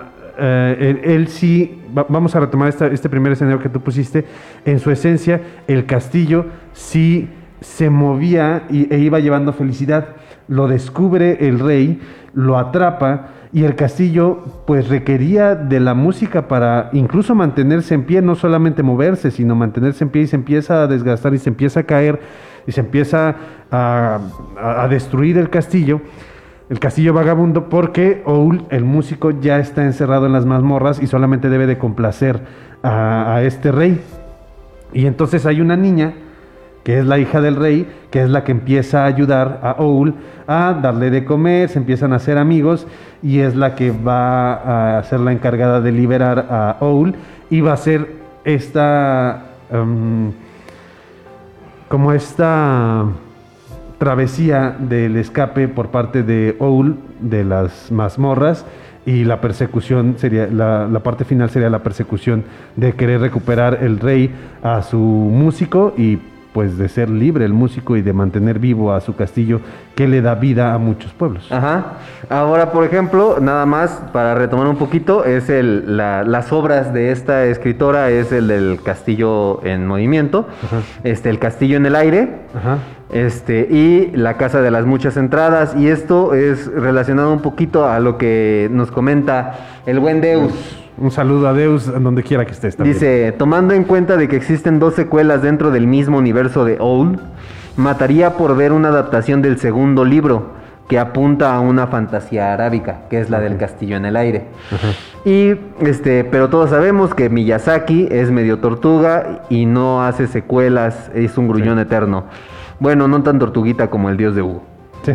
eh, él, él sí, va, vamos a retomar esta, este primer escenario que tú pusiste, en su esencia el castillo sí se movía y, e iba llevando felicidad. Lo descubre el rey, lo atrapa y el castillo pues requería de la música para incluso mantenerse en pie, no solamente moverse, sino mantenerse en pie, y se empieza a desgastar y se empieza a caer y se empieza a, a, a destruir el castillo. El castillo vagabundo, porque Owl, el músico, ya está encerrado en las mazmorras y solamente debe de complacer a, a este rey. Y entonces hay una niña, que es la hija del rey, que es la que empieza a ayudar a Owl a darle de comer, se empiezan a hacer amigos, y es la que va a ser la encargada de liberar a Owl, y va a ser esta... Um, como esta... travesía del escape por parte de Owl de las mazmorras, y la persecución sería, la, la parte final sería la persecución de querer recuperar el rey a su músico y pues de ser libre el músico y de mantener vivo a su castillo que le da vida a muchos pueblos. Ajá. Ahora, por ejemplo, nada más para retomar un poquito, es el, la, las obras de esta escritora es el del Castillo en Movimiento, Ajá. este, el Castillo en el Aire, Ajá. este, y La Casa de las Muchas Entradas, y esto es relacionado un poquito a lo que nos comenta el buen Deus. Un saludo a Deus, en donde quiera que estés también. Dice, tomando en cuenta de que existen dos secuelas dentro del mismo universo de Owl, mataría por ver una adaptación del segundo libro, que apunta a una fantasía arábica, que es la del Castillo en el Aire. Ajá. Y, este, pero todos sabemos que Miyazaki es medio tortuga y no hace secuelas, es un gruñón sí. eterno. Bueno, no tan tortuguita como el dios de Hugo. Sí.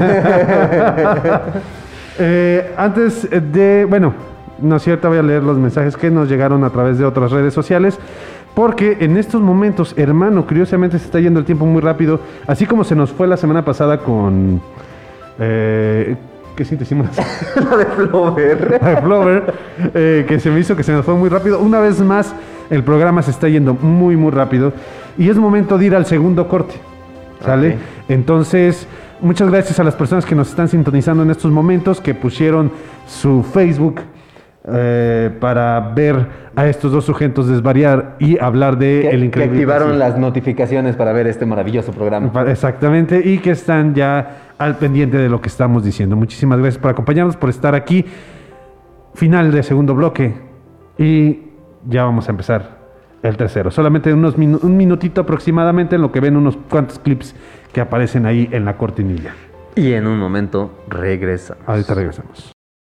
eh, antes de, bueno... No es cierto, voy a leer los mensajes que nos llegaron a través de otras redes sociales, porque en estos momentos, hermano, curiosamente se está yendo el tiempo muy rápido, así como se nos fue la semana pasada con... Eh, ¿Qué sí te hicimos? La de Flover. La de Flover, eh, que se me hizo que se nos fue muy rápido. Una vez más, el programa se está yendo muy, muy rápido, y es momento de ir al segundo corte, ¿sale? Okay. Entonces... Muchas gracias a las personas que nos están sintonizando en estos momentos, que pusieron su Facebook eh, para ver a estos dos sujetos desvariar y hablar de que, el increíble. Que activaron sí. las notificaciones para ver este maravilloso programa. Exactamente, y que están ya al pendiente de lo que estamos diciendo. Muchísimas gracias por acompañarnos, por estar aquí. Final de segundo bloque y ya vamos a empezar el tercero. Solamente unos minu- un minutito aproximadamente, en lo que ven unos cuantos clips que aparecen ahí en la cortinilla. Y en un momento regresamos. Ahorita regresamos.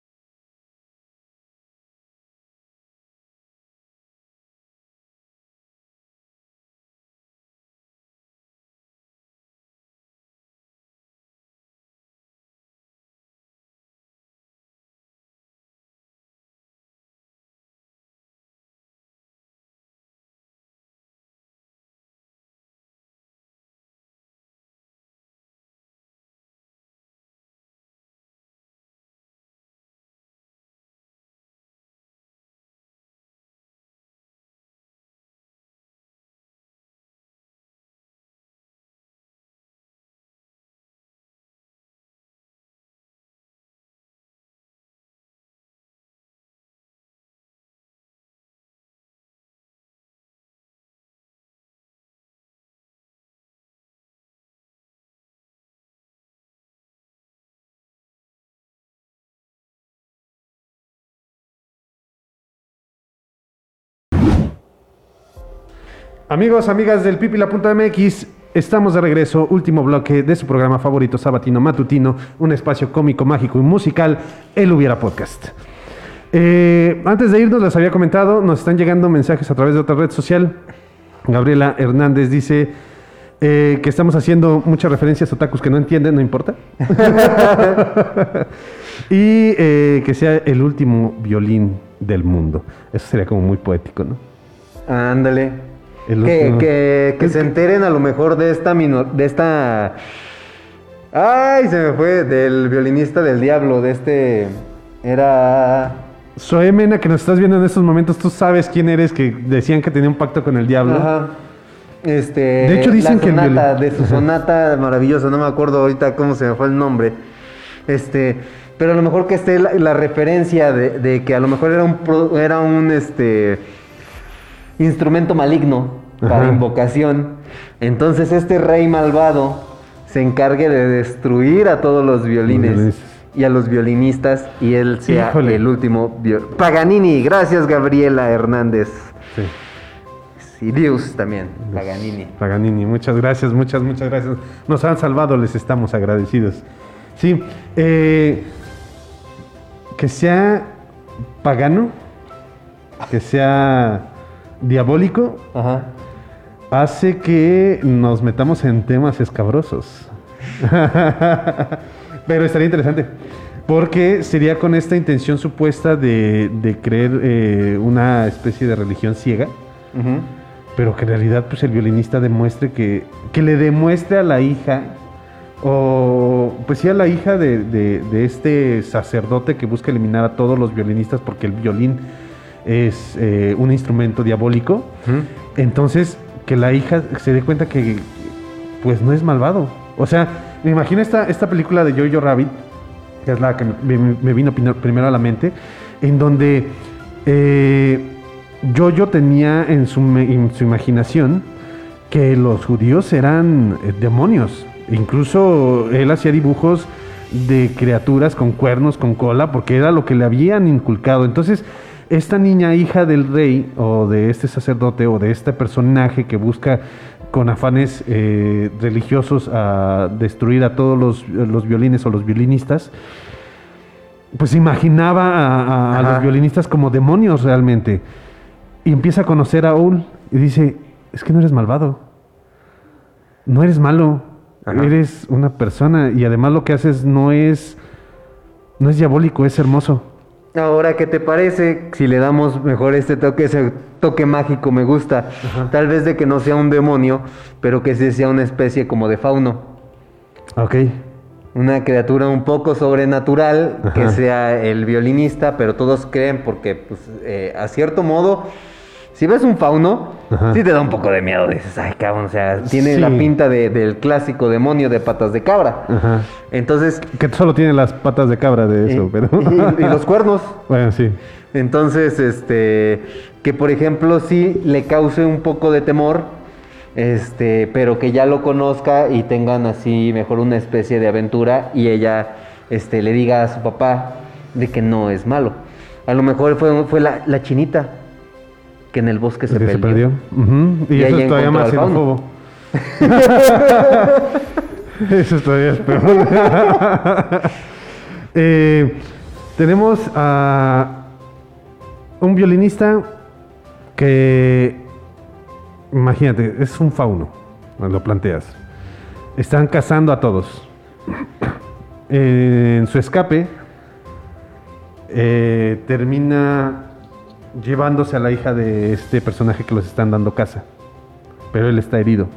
Amigos, amigas del pipila punto m x, estamos de regreso, último bloque de su programa favorito sabatino matutino, un espacio cómico, mágico y musical, El Hubiera Podcast. Eh, antes de irnos, les había comentado, nos están llegando mensajes a través de otra red social. Gabriela Hernández dice eh, que estamos haciendo muchas referencias a otakus que no entienden, no importa. Y eh, que sea el último violín del mundo. Eso sería como muy poético, ¿no? Ándale. Que, que, que se enteren a lo mejor de esta minor, de esta ay, se me fue, del violinista del diablo, de este era Zoe Mena, que nos estás viendo en estos momentos, tú sabes quién eres, que decían que tenía un pacto con el diablo. Ajá. Este, de hecho dicen la que sonata, el de su sonata maravillosa, no me acuerdo ahorita cómo se me fue el nombre. Este, pero a lo mejor que esté la, la referencia de, de que a lo mejor era un, pro, era un este, instrumento maligno para Ajá. invocación. Entonces este rey malvado se encargue de destruir a todos los violines Violines. y a los violinistas y él sea Híjole. el último viol- Paganini, gracias Gabriela Hernández. Sí. Y Dios también, Paganini. Paganini, muchas gracias, muchas, muchas gracias. Nos han salvado, les estamos agradecidos. Sí, eh, que sea pagano, que sea diabólico, Ajá. hace que nos metamos en temas escabrosos. Pero estaría interesante, porque sería con esta intención supuesta de, de creer eh, una especie de religión ciega. Ujú. Pero que en realidad pues el violinista demuestre que, que le demuestre a la hija, o pues sí a la hija de, de, de este sacerdote que busca eliminar a todos los violinistas porque el violín es eh, un instrumento diabólico. Ujú. Entonces que la hija se dé cuenta que pues no es malvado. O sea, me imagino esta, esta película de Jojo Rabbit, que es la que me, me- me vino pino- primero a la mente, en donde eh, Jojo tenía en su, me- en su imaginación que los judíos eran eh, demonios. Incluso él hacía dibujos de criaturas con cuernos, con cola, porque era lo que le habían inculcado. Entonces, esta niña, hija del rey, o de este sacerdote, o de este personaje que busca con afanes eh, religiosos a destruir a todos los, los violines o los violinistas, pues imaginaba a, a- a Ajá. los violinistas como demonios realmente. Y empieza a conocer a Oul y dice, es que no eres malvado, no eres malo, Ajá. eres una persona y además lo que haces no es, no es diabólico, es hermoso. Ahora, ¿qué te parece si le damos mejor este toque, ese toque mágico me gusta? Tal vez de que no sea un demonio, pero que sí sea una especie como de fauno. Ok. Una criatura un poco sobrenatural, Ajá. que sea el violinista, pero todos creen porque, pues, eh, a cierto modo, si ves un fauno, Ajá. sí te da un poco de miedo. Dices, ay, cabrón, o sea, tiene Sí. la pinta de- del clásico demonio de patas de cabra. Ajá. Entonces, Que solo tiene las patas de cabra de eso, y, pero... y- y los cuernos. Bueno, sí. Entonces, este, que por ejemplo sí le cause un poco de temor, este, pero que ya lo conozca y tengan así mejor una especie de aventura y ella, este, le diga a su papá de que no es malo. A lo mejor fue, fue la, la chinita que en el bosque se Que perdió. se perdió. Ujú. Y, Y eso ahí es todavía encontró más al fauno. xenófobo. Eso es todavía es peor. Eh, tenemos a un violinista que, imagínate, es un fauno, lo planteas. Están cazando a todos. En su escape, eh, termina llevándose a la hija de este personaje que los están dando caza. Pero él está herido.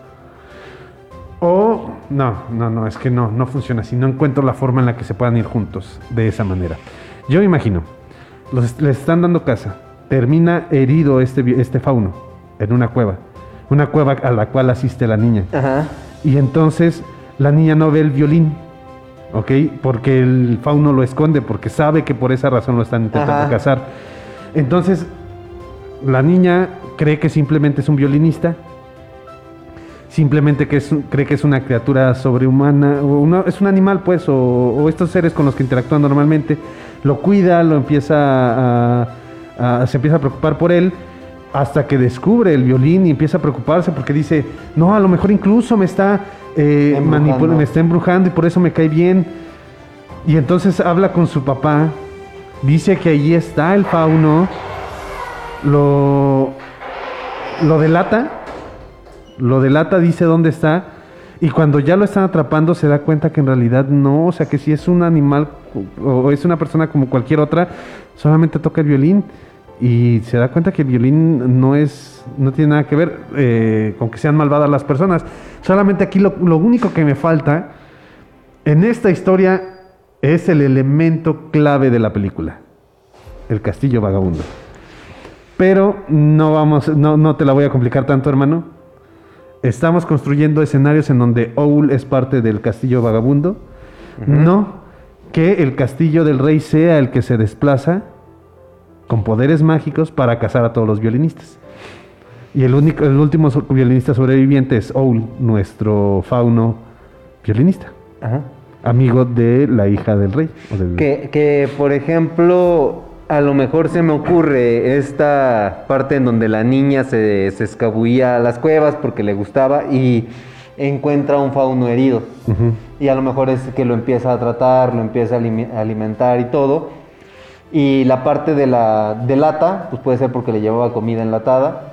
O, no, no, no, es que no, no funciona así. No encuentro la forma en la que se puedan ir juntos de esa manera. Yo me imagino, los, les están dando caza. Termina herido este, vi- este fauno en una cueva. Una cueva a la cual asiste la niña. Ajá. Y entonces la niña no ve el violín, ¿ok? Porque el fauno lo esconde, porque sabe que por esa razón lo están intentando Ajá. cazar. Entonces, la niña cree que simplemente es un violinista, simplemente que es, un- cree que es una criatura sobrehumana, o una- es un animal, pues, o, o estos seres con los que interactúan normalmente. Lo cuida, lo empieza a, a- se empieza a preocupar por él, hasta que descubre el violín y empieza a preocuparse porque dice, no, a lo mejor incluso me está eh, Embrujando. manipulando, me está embrujando y por eso me cae bien. Y entonces habla con su papá, dice que ahí está el fauno, lo, lo delata, lo delata, dice dónde está, y cuando ya lo están atrapando se da cuenta que en realidad no, o sea que si es un animal o o es una persona como cualquier otra, solamente toca el violín. Y se da cuenta que el violín no es, no tiene nada que ver eh, con que sean malvadas las personas. Solamente aquí lo, lo único que me falta en esta historia es el elemento clave de la película: el castillo vagabundo. Pero no vamos, no, no te la voy a complicar tanto, hermano. Estamos construyendo escenarios en donde Owl es parte del castillo vagabundo. No que el castillo del rey sea el que se desplaza con poderes mágicos para cazar a todos los violinistas. Y el único, el último violinista sobreviviente es Owl, nuestro fauno violinista. Ajá. Amigo de la hija del rey. O del... Que, que, por ejemplo, a lo mejor se me ocurre esta parte en donde la niña se, se escabullía a las cuevas porque le gustaba y encuentra un fauno herido. Uh-huh. Y a lo mejor es que lo empieza a tratar, lo empieza a alim- alimentar y todo. Y la parte de la de lata, pues puede ser porque le llevaba comida enlatada.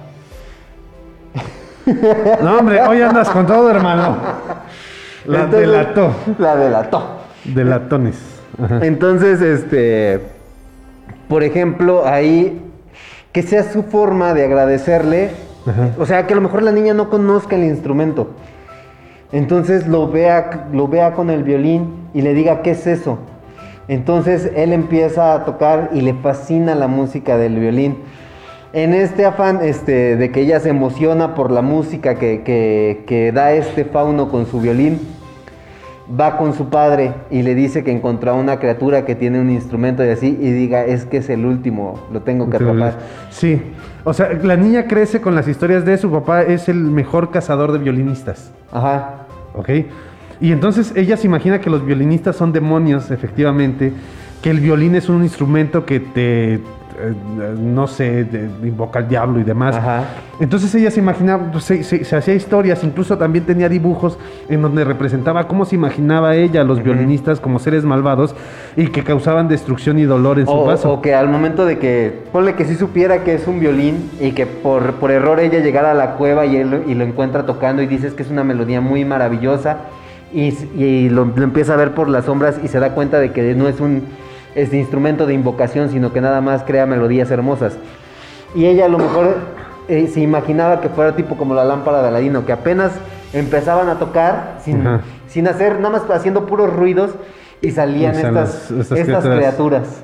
No, hombre, hoy andas con todo, hermano. La Entonces, delató. La delató. Delatones. Ajá. Entonces, este, por ejemplo, ahí, que sea su forma de agradecerle. Ajá. O sea, que a lo mejor la niña no conozca el instrumento. Entonces lo vea, lo vea con el violín y le diga, ¿qué es eso? Entonces él empieza a tocar y le fascina la música del violín. En este afán este, de que ella se emociona por la música que, que, que da este fauno con su violín, va con su padre y le dice que encontró a una criatura que tiene un instrumento y así, y diga, es que es el último, lo tengo que atrapar. Sí, o sea, la niña crece con las historias de su papá, es el mejor cazador de violinistas. Ajá. ¿Ok? Y entonces ella se imagina que los violinistas son demonios, efectivamente, que el violín es un instrumento que te... no sé, de, de invoca al diablo y demás. Ajá. Entonces ella se imaginaba, se, se, se hacía historias, incluso también tenía dibujos en donde representaba cómo se imaginaba ella a los uh-huh. violinistas como seres malvados y que causaban destrucción y dolor en su o, paso. O que al momento de que, ponle que sí supiera que es un violín y que por, por error ella llegara a la cueva y, él, y lo encuentra tocando y dices que es una melodía muy maravillosa y, y lo, lo empieza a ver por las sombras y se da cuenta de que no es un este instrumento de invocación, sino que nada más crea melodías hermosas. Y ella a lo mejor eh, se imaginaba que fuera tipo como la lámpara de Aladino, que apenas empezaban a tocar sin, sin hacer, nada más haciendo puros ruidos y salían estas, las, estas, estas criaturas. criaturas.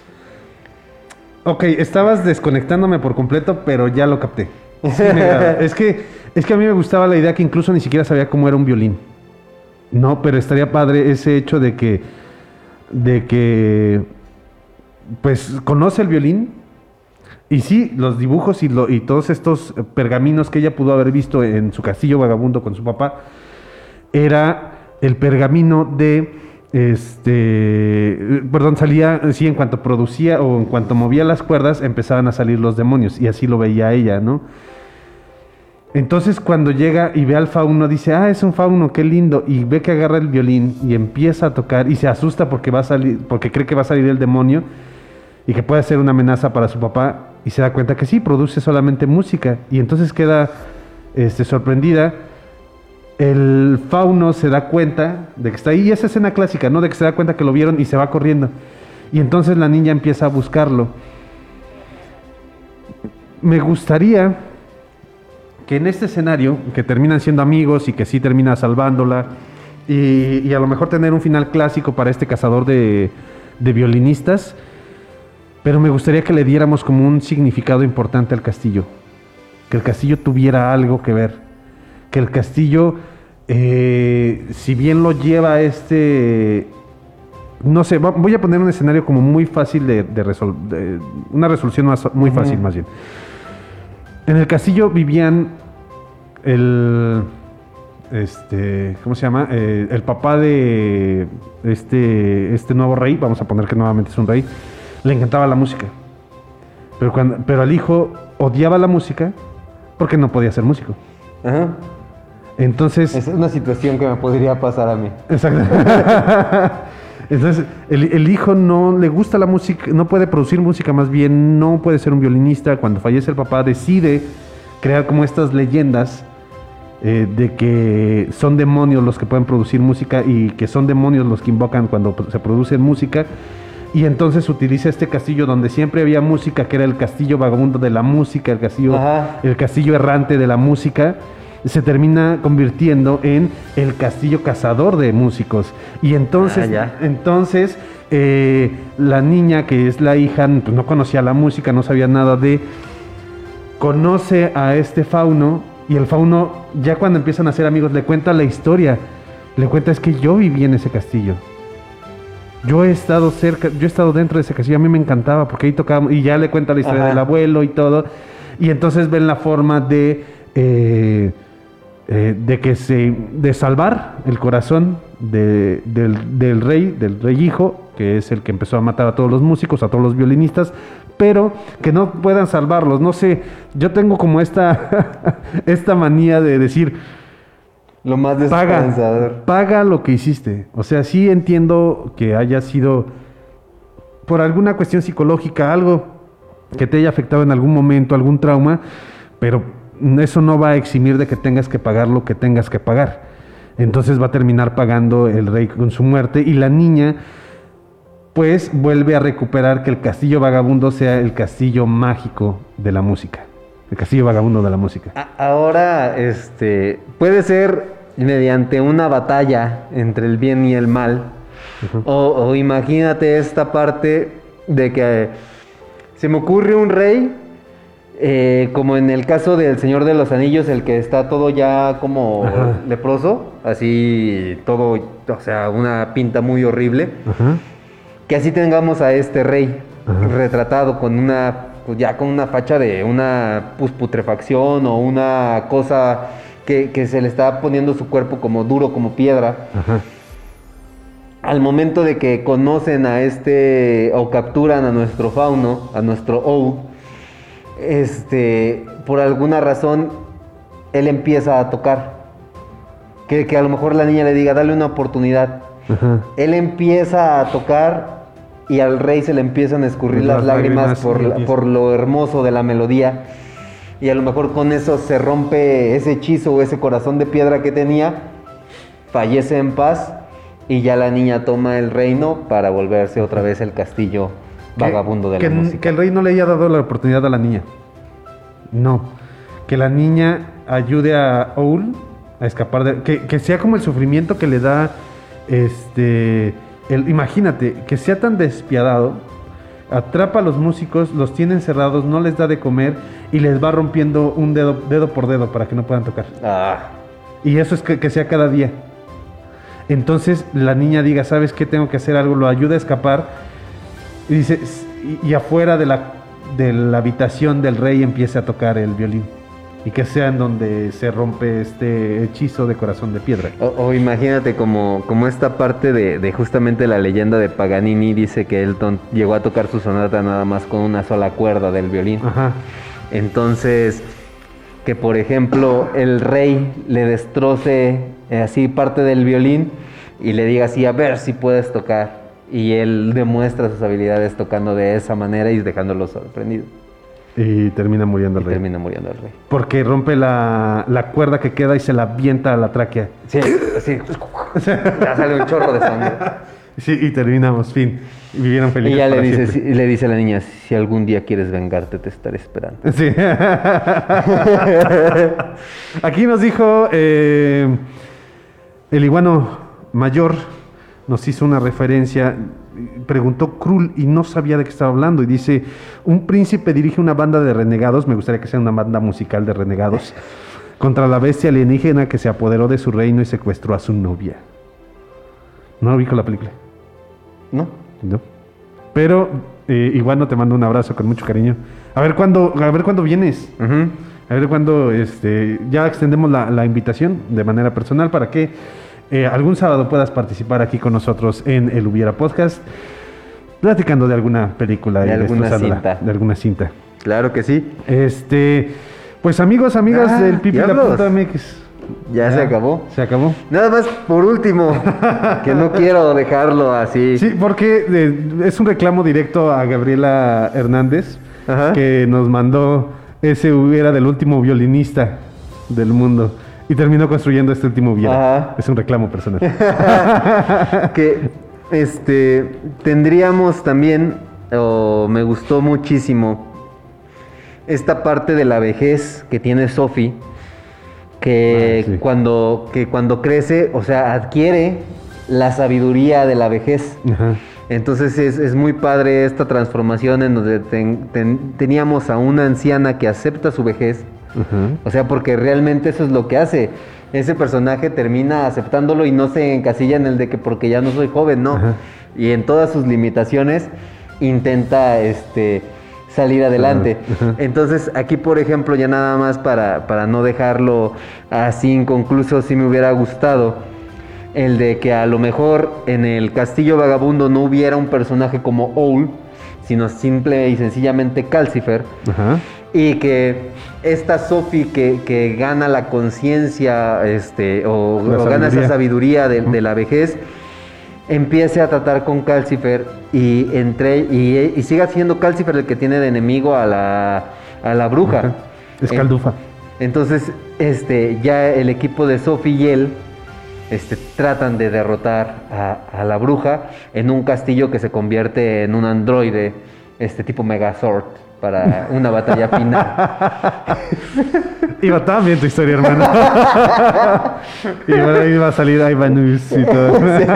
Ok, estabas desconectándome por completo, pero ya lo capté. Sí, me es que es que a mí me gustaba la idea que incluso ni siquiera sabía cómo era un violín. No, pero estaría padre ese hecho de que de que pues conoce el violín y sí, los dibujos y, lo, y todos estos pergaminos que ella pudo haber visto en su castillo vagabundo con su papá era el pergamino de este perdón, salía, sí, en cuanto producía o en cuanto movía las cuerdas empezaban a salir los demonios y así lo veía ella, ¿no? Entonces cuando llega y ve al fauno dice, ah, es un fauno, qué lindo, y ve que agarra el violín y empieza a tocar y se asusta porque va a salir, porque cree que va a salir el demonio y que puede ser una amenaza para su papá y se da cuenta que sí, produce solamente música y entonces queda este, sorprendida. El fauno se da cuenta de que está ahí y esa escena clásica, ¿no? De que se da cuenta que lo vieron y se va corriendo y entonces la niña empieza a buscarlo. Me gustaría que en este escenario, que terminan siendo amigos y que sí termina salvándola, y, y a lo mejor tener un final clásico para este cazador de, de violinistas, pero me gustaría que le diéramos como un significado importante al castillo, que el castillo tuviera algo que ver, que el castillo, eh, si bien lo lleva a este... No sé, voy a poner un escenario como muy fácil de, de resolver, una resolución más, muy fácil uh-huh. más bien. En el castillo vivían el, este, ¿cómo se llama? Eh, el papá de este, este nuevo rey, vamos a poner que nuevamente es un rey, le encantaba la música. Pero, cuando, pero al hijo odiaba la música porque no podía ser músico. Ajá. Entonces... Es una situación que me podría pasar a mí. Exacto. Entonces, el, el hijo no le gusta la música, no puede producir música, más bien no puede ser un violinista. Cuando fallece el papá, decide crear como estas leyendas eh, de que son demonios los que pueden producir música y que son demonios los que invocan cuando se produce música. Y entonces utiliza este castillo donde siempre había música, que era el castillo vagabundo de la música, el castillo, el castillo errante de la música. Se termina convirtiendo en el castillo cazador de músicos. Y entonces, ah, entonces eh, la niña, que es la hija, pues no conocía la música, no sabía nada de... Conoce a este fauno, y el fauno, ya cuando empiezan a ser amigos, le cuenta la historia. Le cuenta, es que yo viví en ese castillo. Yo he estado cerca, yo he estado dentro de ese castillo, a mí me encantaba porque ahí tocábamos, y ya le cuenta la historia Ajá. del abuelo y todo, y entonces ven la forma de, eh, eh, de que se, de salvar el corazón de, del, del rey, del rey hijo, que es el que empezó a matar a todos los músicos, a todos los violinistas, pero que no puedan salvarlos. No sé, yo tengo como esta, esta manía de decir, lo más desesperanzador. Paga, paga lo que hiciste. O sea, sí entiendo que haya sido por alguna cuestión psicológica, algo que te haya afectado en algún momento, algún trauma, pero eso no va a eximir de que tengas que pagar lo que tengas que pagar. Entonces va a terminar pagando el rey con su muerte y la niña pues vuelve a recuperar que el castillo vagabundo sea el castillo mágico de la música. El castillo vagabundo de la música. Ahora, este, puede ser mediante una batalla entre el bien y el mal. Uh-huh. O, o imagínate esta parte de que se me ocurre un rey, eh, como en el caso del Señor de los Anillos, el que está todo ya como Ajá. leproso, así todo, o sea, una pinta muy horrible. Ajá. Que así tengamos a este rey Ajá. retratado con una, ya con una facha de una pues, putrefacción o una cosa que, que se le está poniendo su cuerpo como duro, como piedra. Ajá. Al momento de que conocen a este, o capturan a nuestro fauno, a nuestro Ou, este, por alguna razón, él empieza a tocar. Que, que a lo mejor la niña le diga, dale una oportunidad. Ajá. Él empieza a tocar y al rey se le empiezan a escurrir las, las lágrimas, lágrimas por, por lo hermoso de la melodía. Y a lo mejor con eso se rompe ese hechizo o ese corazón de piedra que tenía, fallece en paz y ya la niña toma el reino para volverse otra vez el castillo vagabundo de que, la música. Que el rey no le haya dado la oportunidad a la niña. No. Que la niña ayude a Owl a escapar de... Que, que sea como el sufrimiento que le da... Este... El, imagínate, que sea tan despiadado, atrapa a los músicos, los tiene encerrados, no les da de comer y les va rompiendo un dedo, dedo por dedo para que no puedan tocar. Ah. Y eso es que, que sea cada día. Entonces la niña diga, ¿sabes qué? Tengo que hacer algo, lo ayuda a escapar. Y dice, y, y afuera de la, de la habitación del rey empieza a tocar el violín. Y que sea en donde se rompe este hechizo de corazón de piedra. O, o imagínate como, como esta parte de, de justamente la leyenda de Paganini dice que Elton llegó a tocar su sonata nada más con una sola cuerda del violín. Ajá. Entonces, que por ejemplo el rey le destroce eh, así parte del violín y le diga así, a ver si puedes tocar. Y él demuestra sus habilidades tocando de esa manera y dejándolo sorprendido. Y termina muriendo el y rey. termina muriendo el rey. Porque rompe la, la cuerda que queda y se la avienta a la tráquea. Sí, sí. Ya sale un chorro de sangre. Sí, y terminamos, fin. Y vivieron felices. Y ya le dice, si, le dice a la niña, si algún día quieres vengarte, te estaré esperando. Sí. Aquí nos dijo eh, el iguano mayor, nos hizo una referencia. Preguntó Krull y no sabía de qué estaba hablando y dice, un príncipe dirige una banda de renegados, me gustaría que sea una banda musical de renegados, contra la bestia alienígena que se apoderó de su reino y secuestró a su novia. ¿No ubico la película? No. No. Pero eh, igual no te mando un abrazo con mucho cariño. A ver cuándo, a ver cuándo vienes. Uh-huh. A ver cuándo este, ya extendemos la, la invitación de manera personal para que Eh, algún sábado puedas participar aquí con nosotros en el Hubiera Podcast, platicando de alguna película de y alguna cinta. De alguna cinta. Claro que sí. Este, pues amigos, amigas ah, del Pipi la Punta M X. Ya, ya se acabó. Se acabó. Nada más por último, que no quiero dejarlo así. Sí, porque eh, es un reclamo directo a Gabriela Hernández, Ajá. que nos mandó ese Hubiera del último violinista del mundo. Y terminó construyendo este último Hubiera. Ajá. Es un reclamo personal. Que este tendríamos también, o me gustó muchísimo, esta parte de la vejez que tiene Sophie, que, ah, sí. cuando, que cuando crece, o sea, adquiere la sabiduría de la vejez. Ajá. Entonces es, es muy padre esta transformación en donde ten, ten, teníamos a una anciana que acepta su vejez. Uh-huh. O sea, porque realmente eso es lo que hace. Ese personaje termina aceptándolo y no se encasilla en el de que porque ya no soy joven, no. Uh-huh. y en todas sus limitaciones intenta este, salir adelante. Uh-huh. Entonces aquí, por ejemplo, ya nada más para, para no dejarlo así inconcluso, sí me hubiera gustado el de que a lo mejor en el Castillo Vagabundo no hubiera un personaje como Owl, sino simple y sencillamente Calcifer. Uh-huh. Y que esta Sophie que, que gana la conciencia este, o, o gana esa sabiduría de, uh-huh. de la vejez, empiece a tratar con Calcifer y, entre, y, y siga siendo Calcifer el que tiene de enemigo a la, a la bruja. Uh-huh. Escaldufa. Entonces este, ya el equipo de Sophie y él Este, tratan de derrotar a, a la bruja en un castillo que se convierte en un androide este tipo Megazord para una batalla final. Iba tan bien tu historia, hermano. Y ahora iba a salir Ivanus y todo. Sí.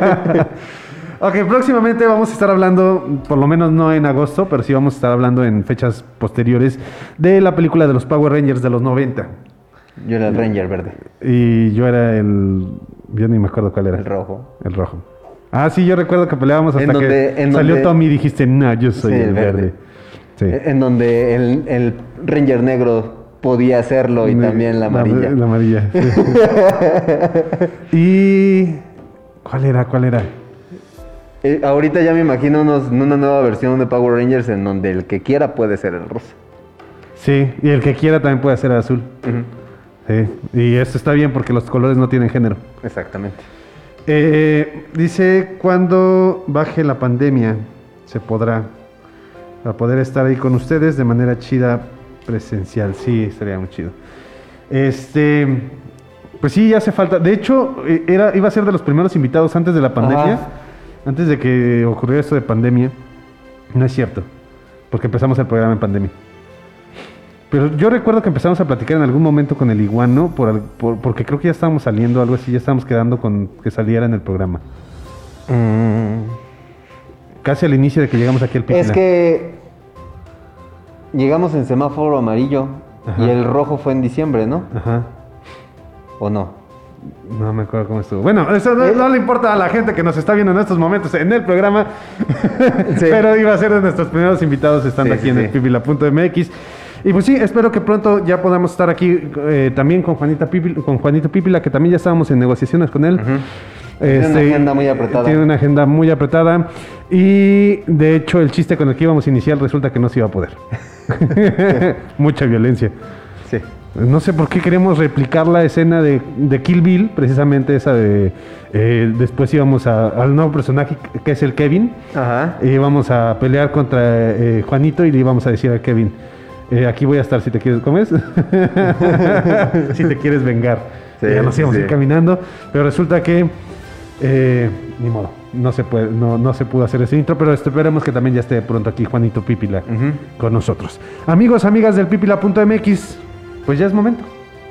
Ok, próximamente vamos a estar hablando, por lo menos no en agosto, pero sí vamos a estar hablando en fechas posteriores de la película de los Power Rangers de los noventa. Yo era el Ranger verde. Y yo era el... Yo ni me acuerdo cuál era. El rojo. El rojo. Ah, sí, yo recuerdo que peleábamos hasta donde, que salió donde... Tommy y dijiste, no, yo soy sí, el, el verde. verde. Sí. En donde el, el Ranger negro podía hacerlo y Me, también la amarilla. La, la amarilla, sí. ¿Y cuál era? ¿Cuál era? Eh, ahorita ya me imagino unos, una nueva versión de Power Rangers en donde el que quiera puede ser el rosa. Sí, y el que quiera también puede ser el azul. Uh-huh. Sí, y esto está bien porque los colores no tienen género. Exactamente. Eh, dice, cuando baje la pandemia se podrá, para poder estar ahí con ustedes de manera chida presencial. Sí, estaría muy chido. Este, pues sí, hace falta. De hecho, era, iba a ser de los primeros invitados antes de la pandemia. Ajá. Antes de que ocurriera esto de pandemia. No es cierto, porque empezamos el programa en pandemia. Pero yo recuerdo que empezamos a platicar en algún momento con el Iguano, por, por, porque creo que ya estábamos saliendo, algo así, ya estábamos quedando con que saliera en el programa. Mm. Casi al inicio de que llegamos aquí al Pipila. Es que llegamos en semáforo amarillo. Ajá. Y el rojo fue en diciembre, ¿no? Ajá. ¿O no? No me acuerdo cómo estuvo. Bueno, eso no, no le importa a la gente que nos está viendo en estos momentos en el programa. Sí. Pero iba a ser de nuestros primeros invitados estando sí, aquí sí, en sí. el pipila punto m x. Y pues sí, espero que pronto ya podamos estar aquí eh, también con Juanita Pipila, con Juanito Pipila, que también ya estábamos en negociaciones con él. Uh-huh. Este, tiene una agenda muy apretada. Tiene una agenda muy apretada. Y de hecho, el chiste con el que íbamos a iniciar resulta que no se iba a poder. Mucha violencia. Sí. No sé por qué queremos replicar la escena de, de Kill Bill, precisamente esa de... Eh, después íbamos a, al nuevo personaje que es el Kevin. Ajá. Y íbamos a pelear contra eh, Juanito y le íbamos a decir a Kevin... Eh, aquí voy a estar si te quieres, ¿cómo es? Si te quieres vengar. Sí, ya nos íbamos sí. a ir caminando, pero resulta que eh, ni modo, no se puede, no, no se pudo hacer ese intro, pero esperemos que también ya esté pronto aquí Juanito Pipila uh-huh. con nosotros. Amigos, amigas del pipila punto m x, pues ya es momento.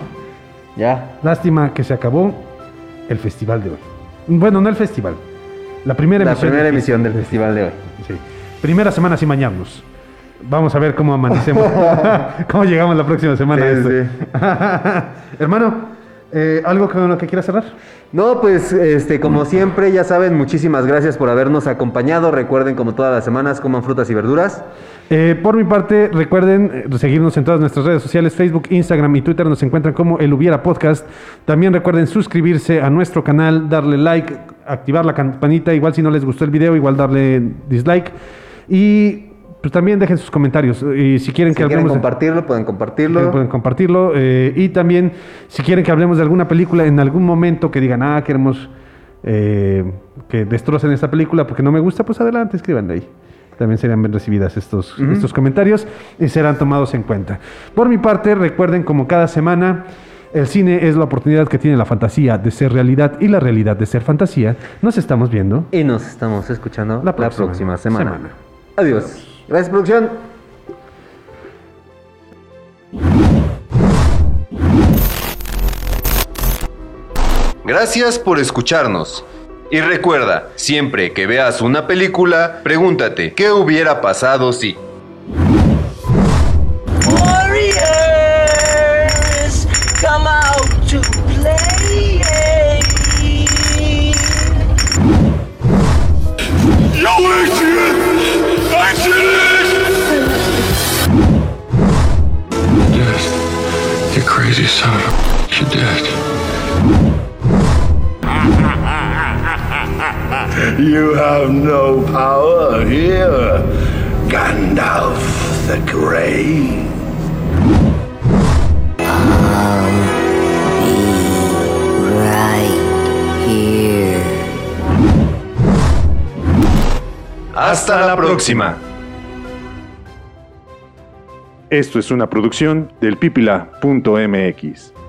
Ya. Lástima que se acabó el festival de hoy. Bueno, no el festival, la primera la emisión, primera del, emisión del festival de hoy. Sí. Primera semana sin bañarnos. Vamos a ver cómo amanecemos. Cómo llegamos la próxima semana sí, a esto. Sí. Hermano, eh, ¿algo con lo que quieras cerrar? No, pues este, como siempre, ya saben, muchísimas gracias por habernos acompañado. Recuerden, como todas las semanas, coman frutas y verduras. Eh, por mi parte, recuerden eh, seguirnos en todas nuestras redes sociales, Facebook, Instagram y Twitter. Nos encuentran como El Hubiera Podcast. También recuerden suscribirse a nuestro canal, darle like, activar la campanita. Igual si no les gustó el video, igual darle dislike. Y... pues también dejen sus comentarios y si quieren si que hablemos quieren compartirlo, pueden compartirlo. Eh, pueden compartirlo eh, y también si quieren que hablemos de alguna película en algún momento que digan, ah, queremos eh, que destrocen esta película porque no me gusta, pues adelante, escríbanle ahí. También serán bien recibidas estos, uh-huh. estos comentarios y serán tomados en cuenta. Por mi parte, recuerden, como cada semana, el cine es la oportunidad que tiene la fantasía de ser realidad y la realidad de ser fantasía. Nos estamos viendo y nos estamos escuchando la próxima, la próxima semana. semana. Adiós. Gracias, producción. Gracias por escucharnos. Y recuerda, siempre que veas una película, pregúntate, ¿qué hubiera pasado si? Warriors, come out to play. Gandalf the Grey. I'll be right here. Hasta la próxima. Esto es una producción del pipila punto m x.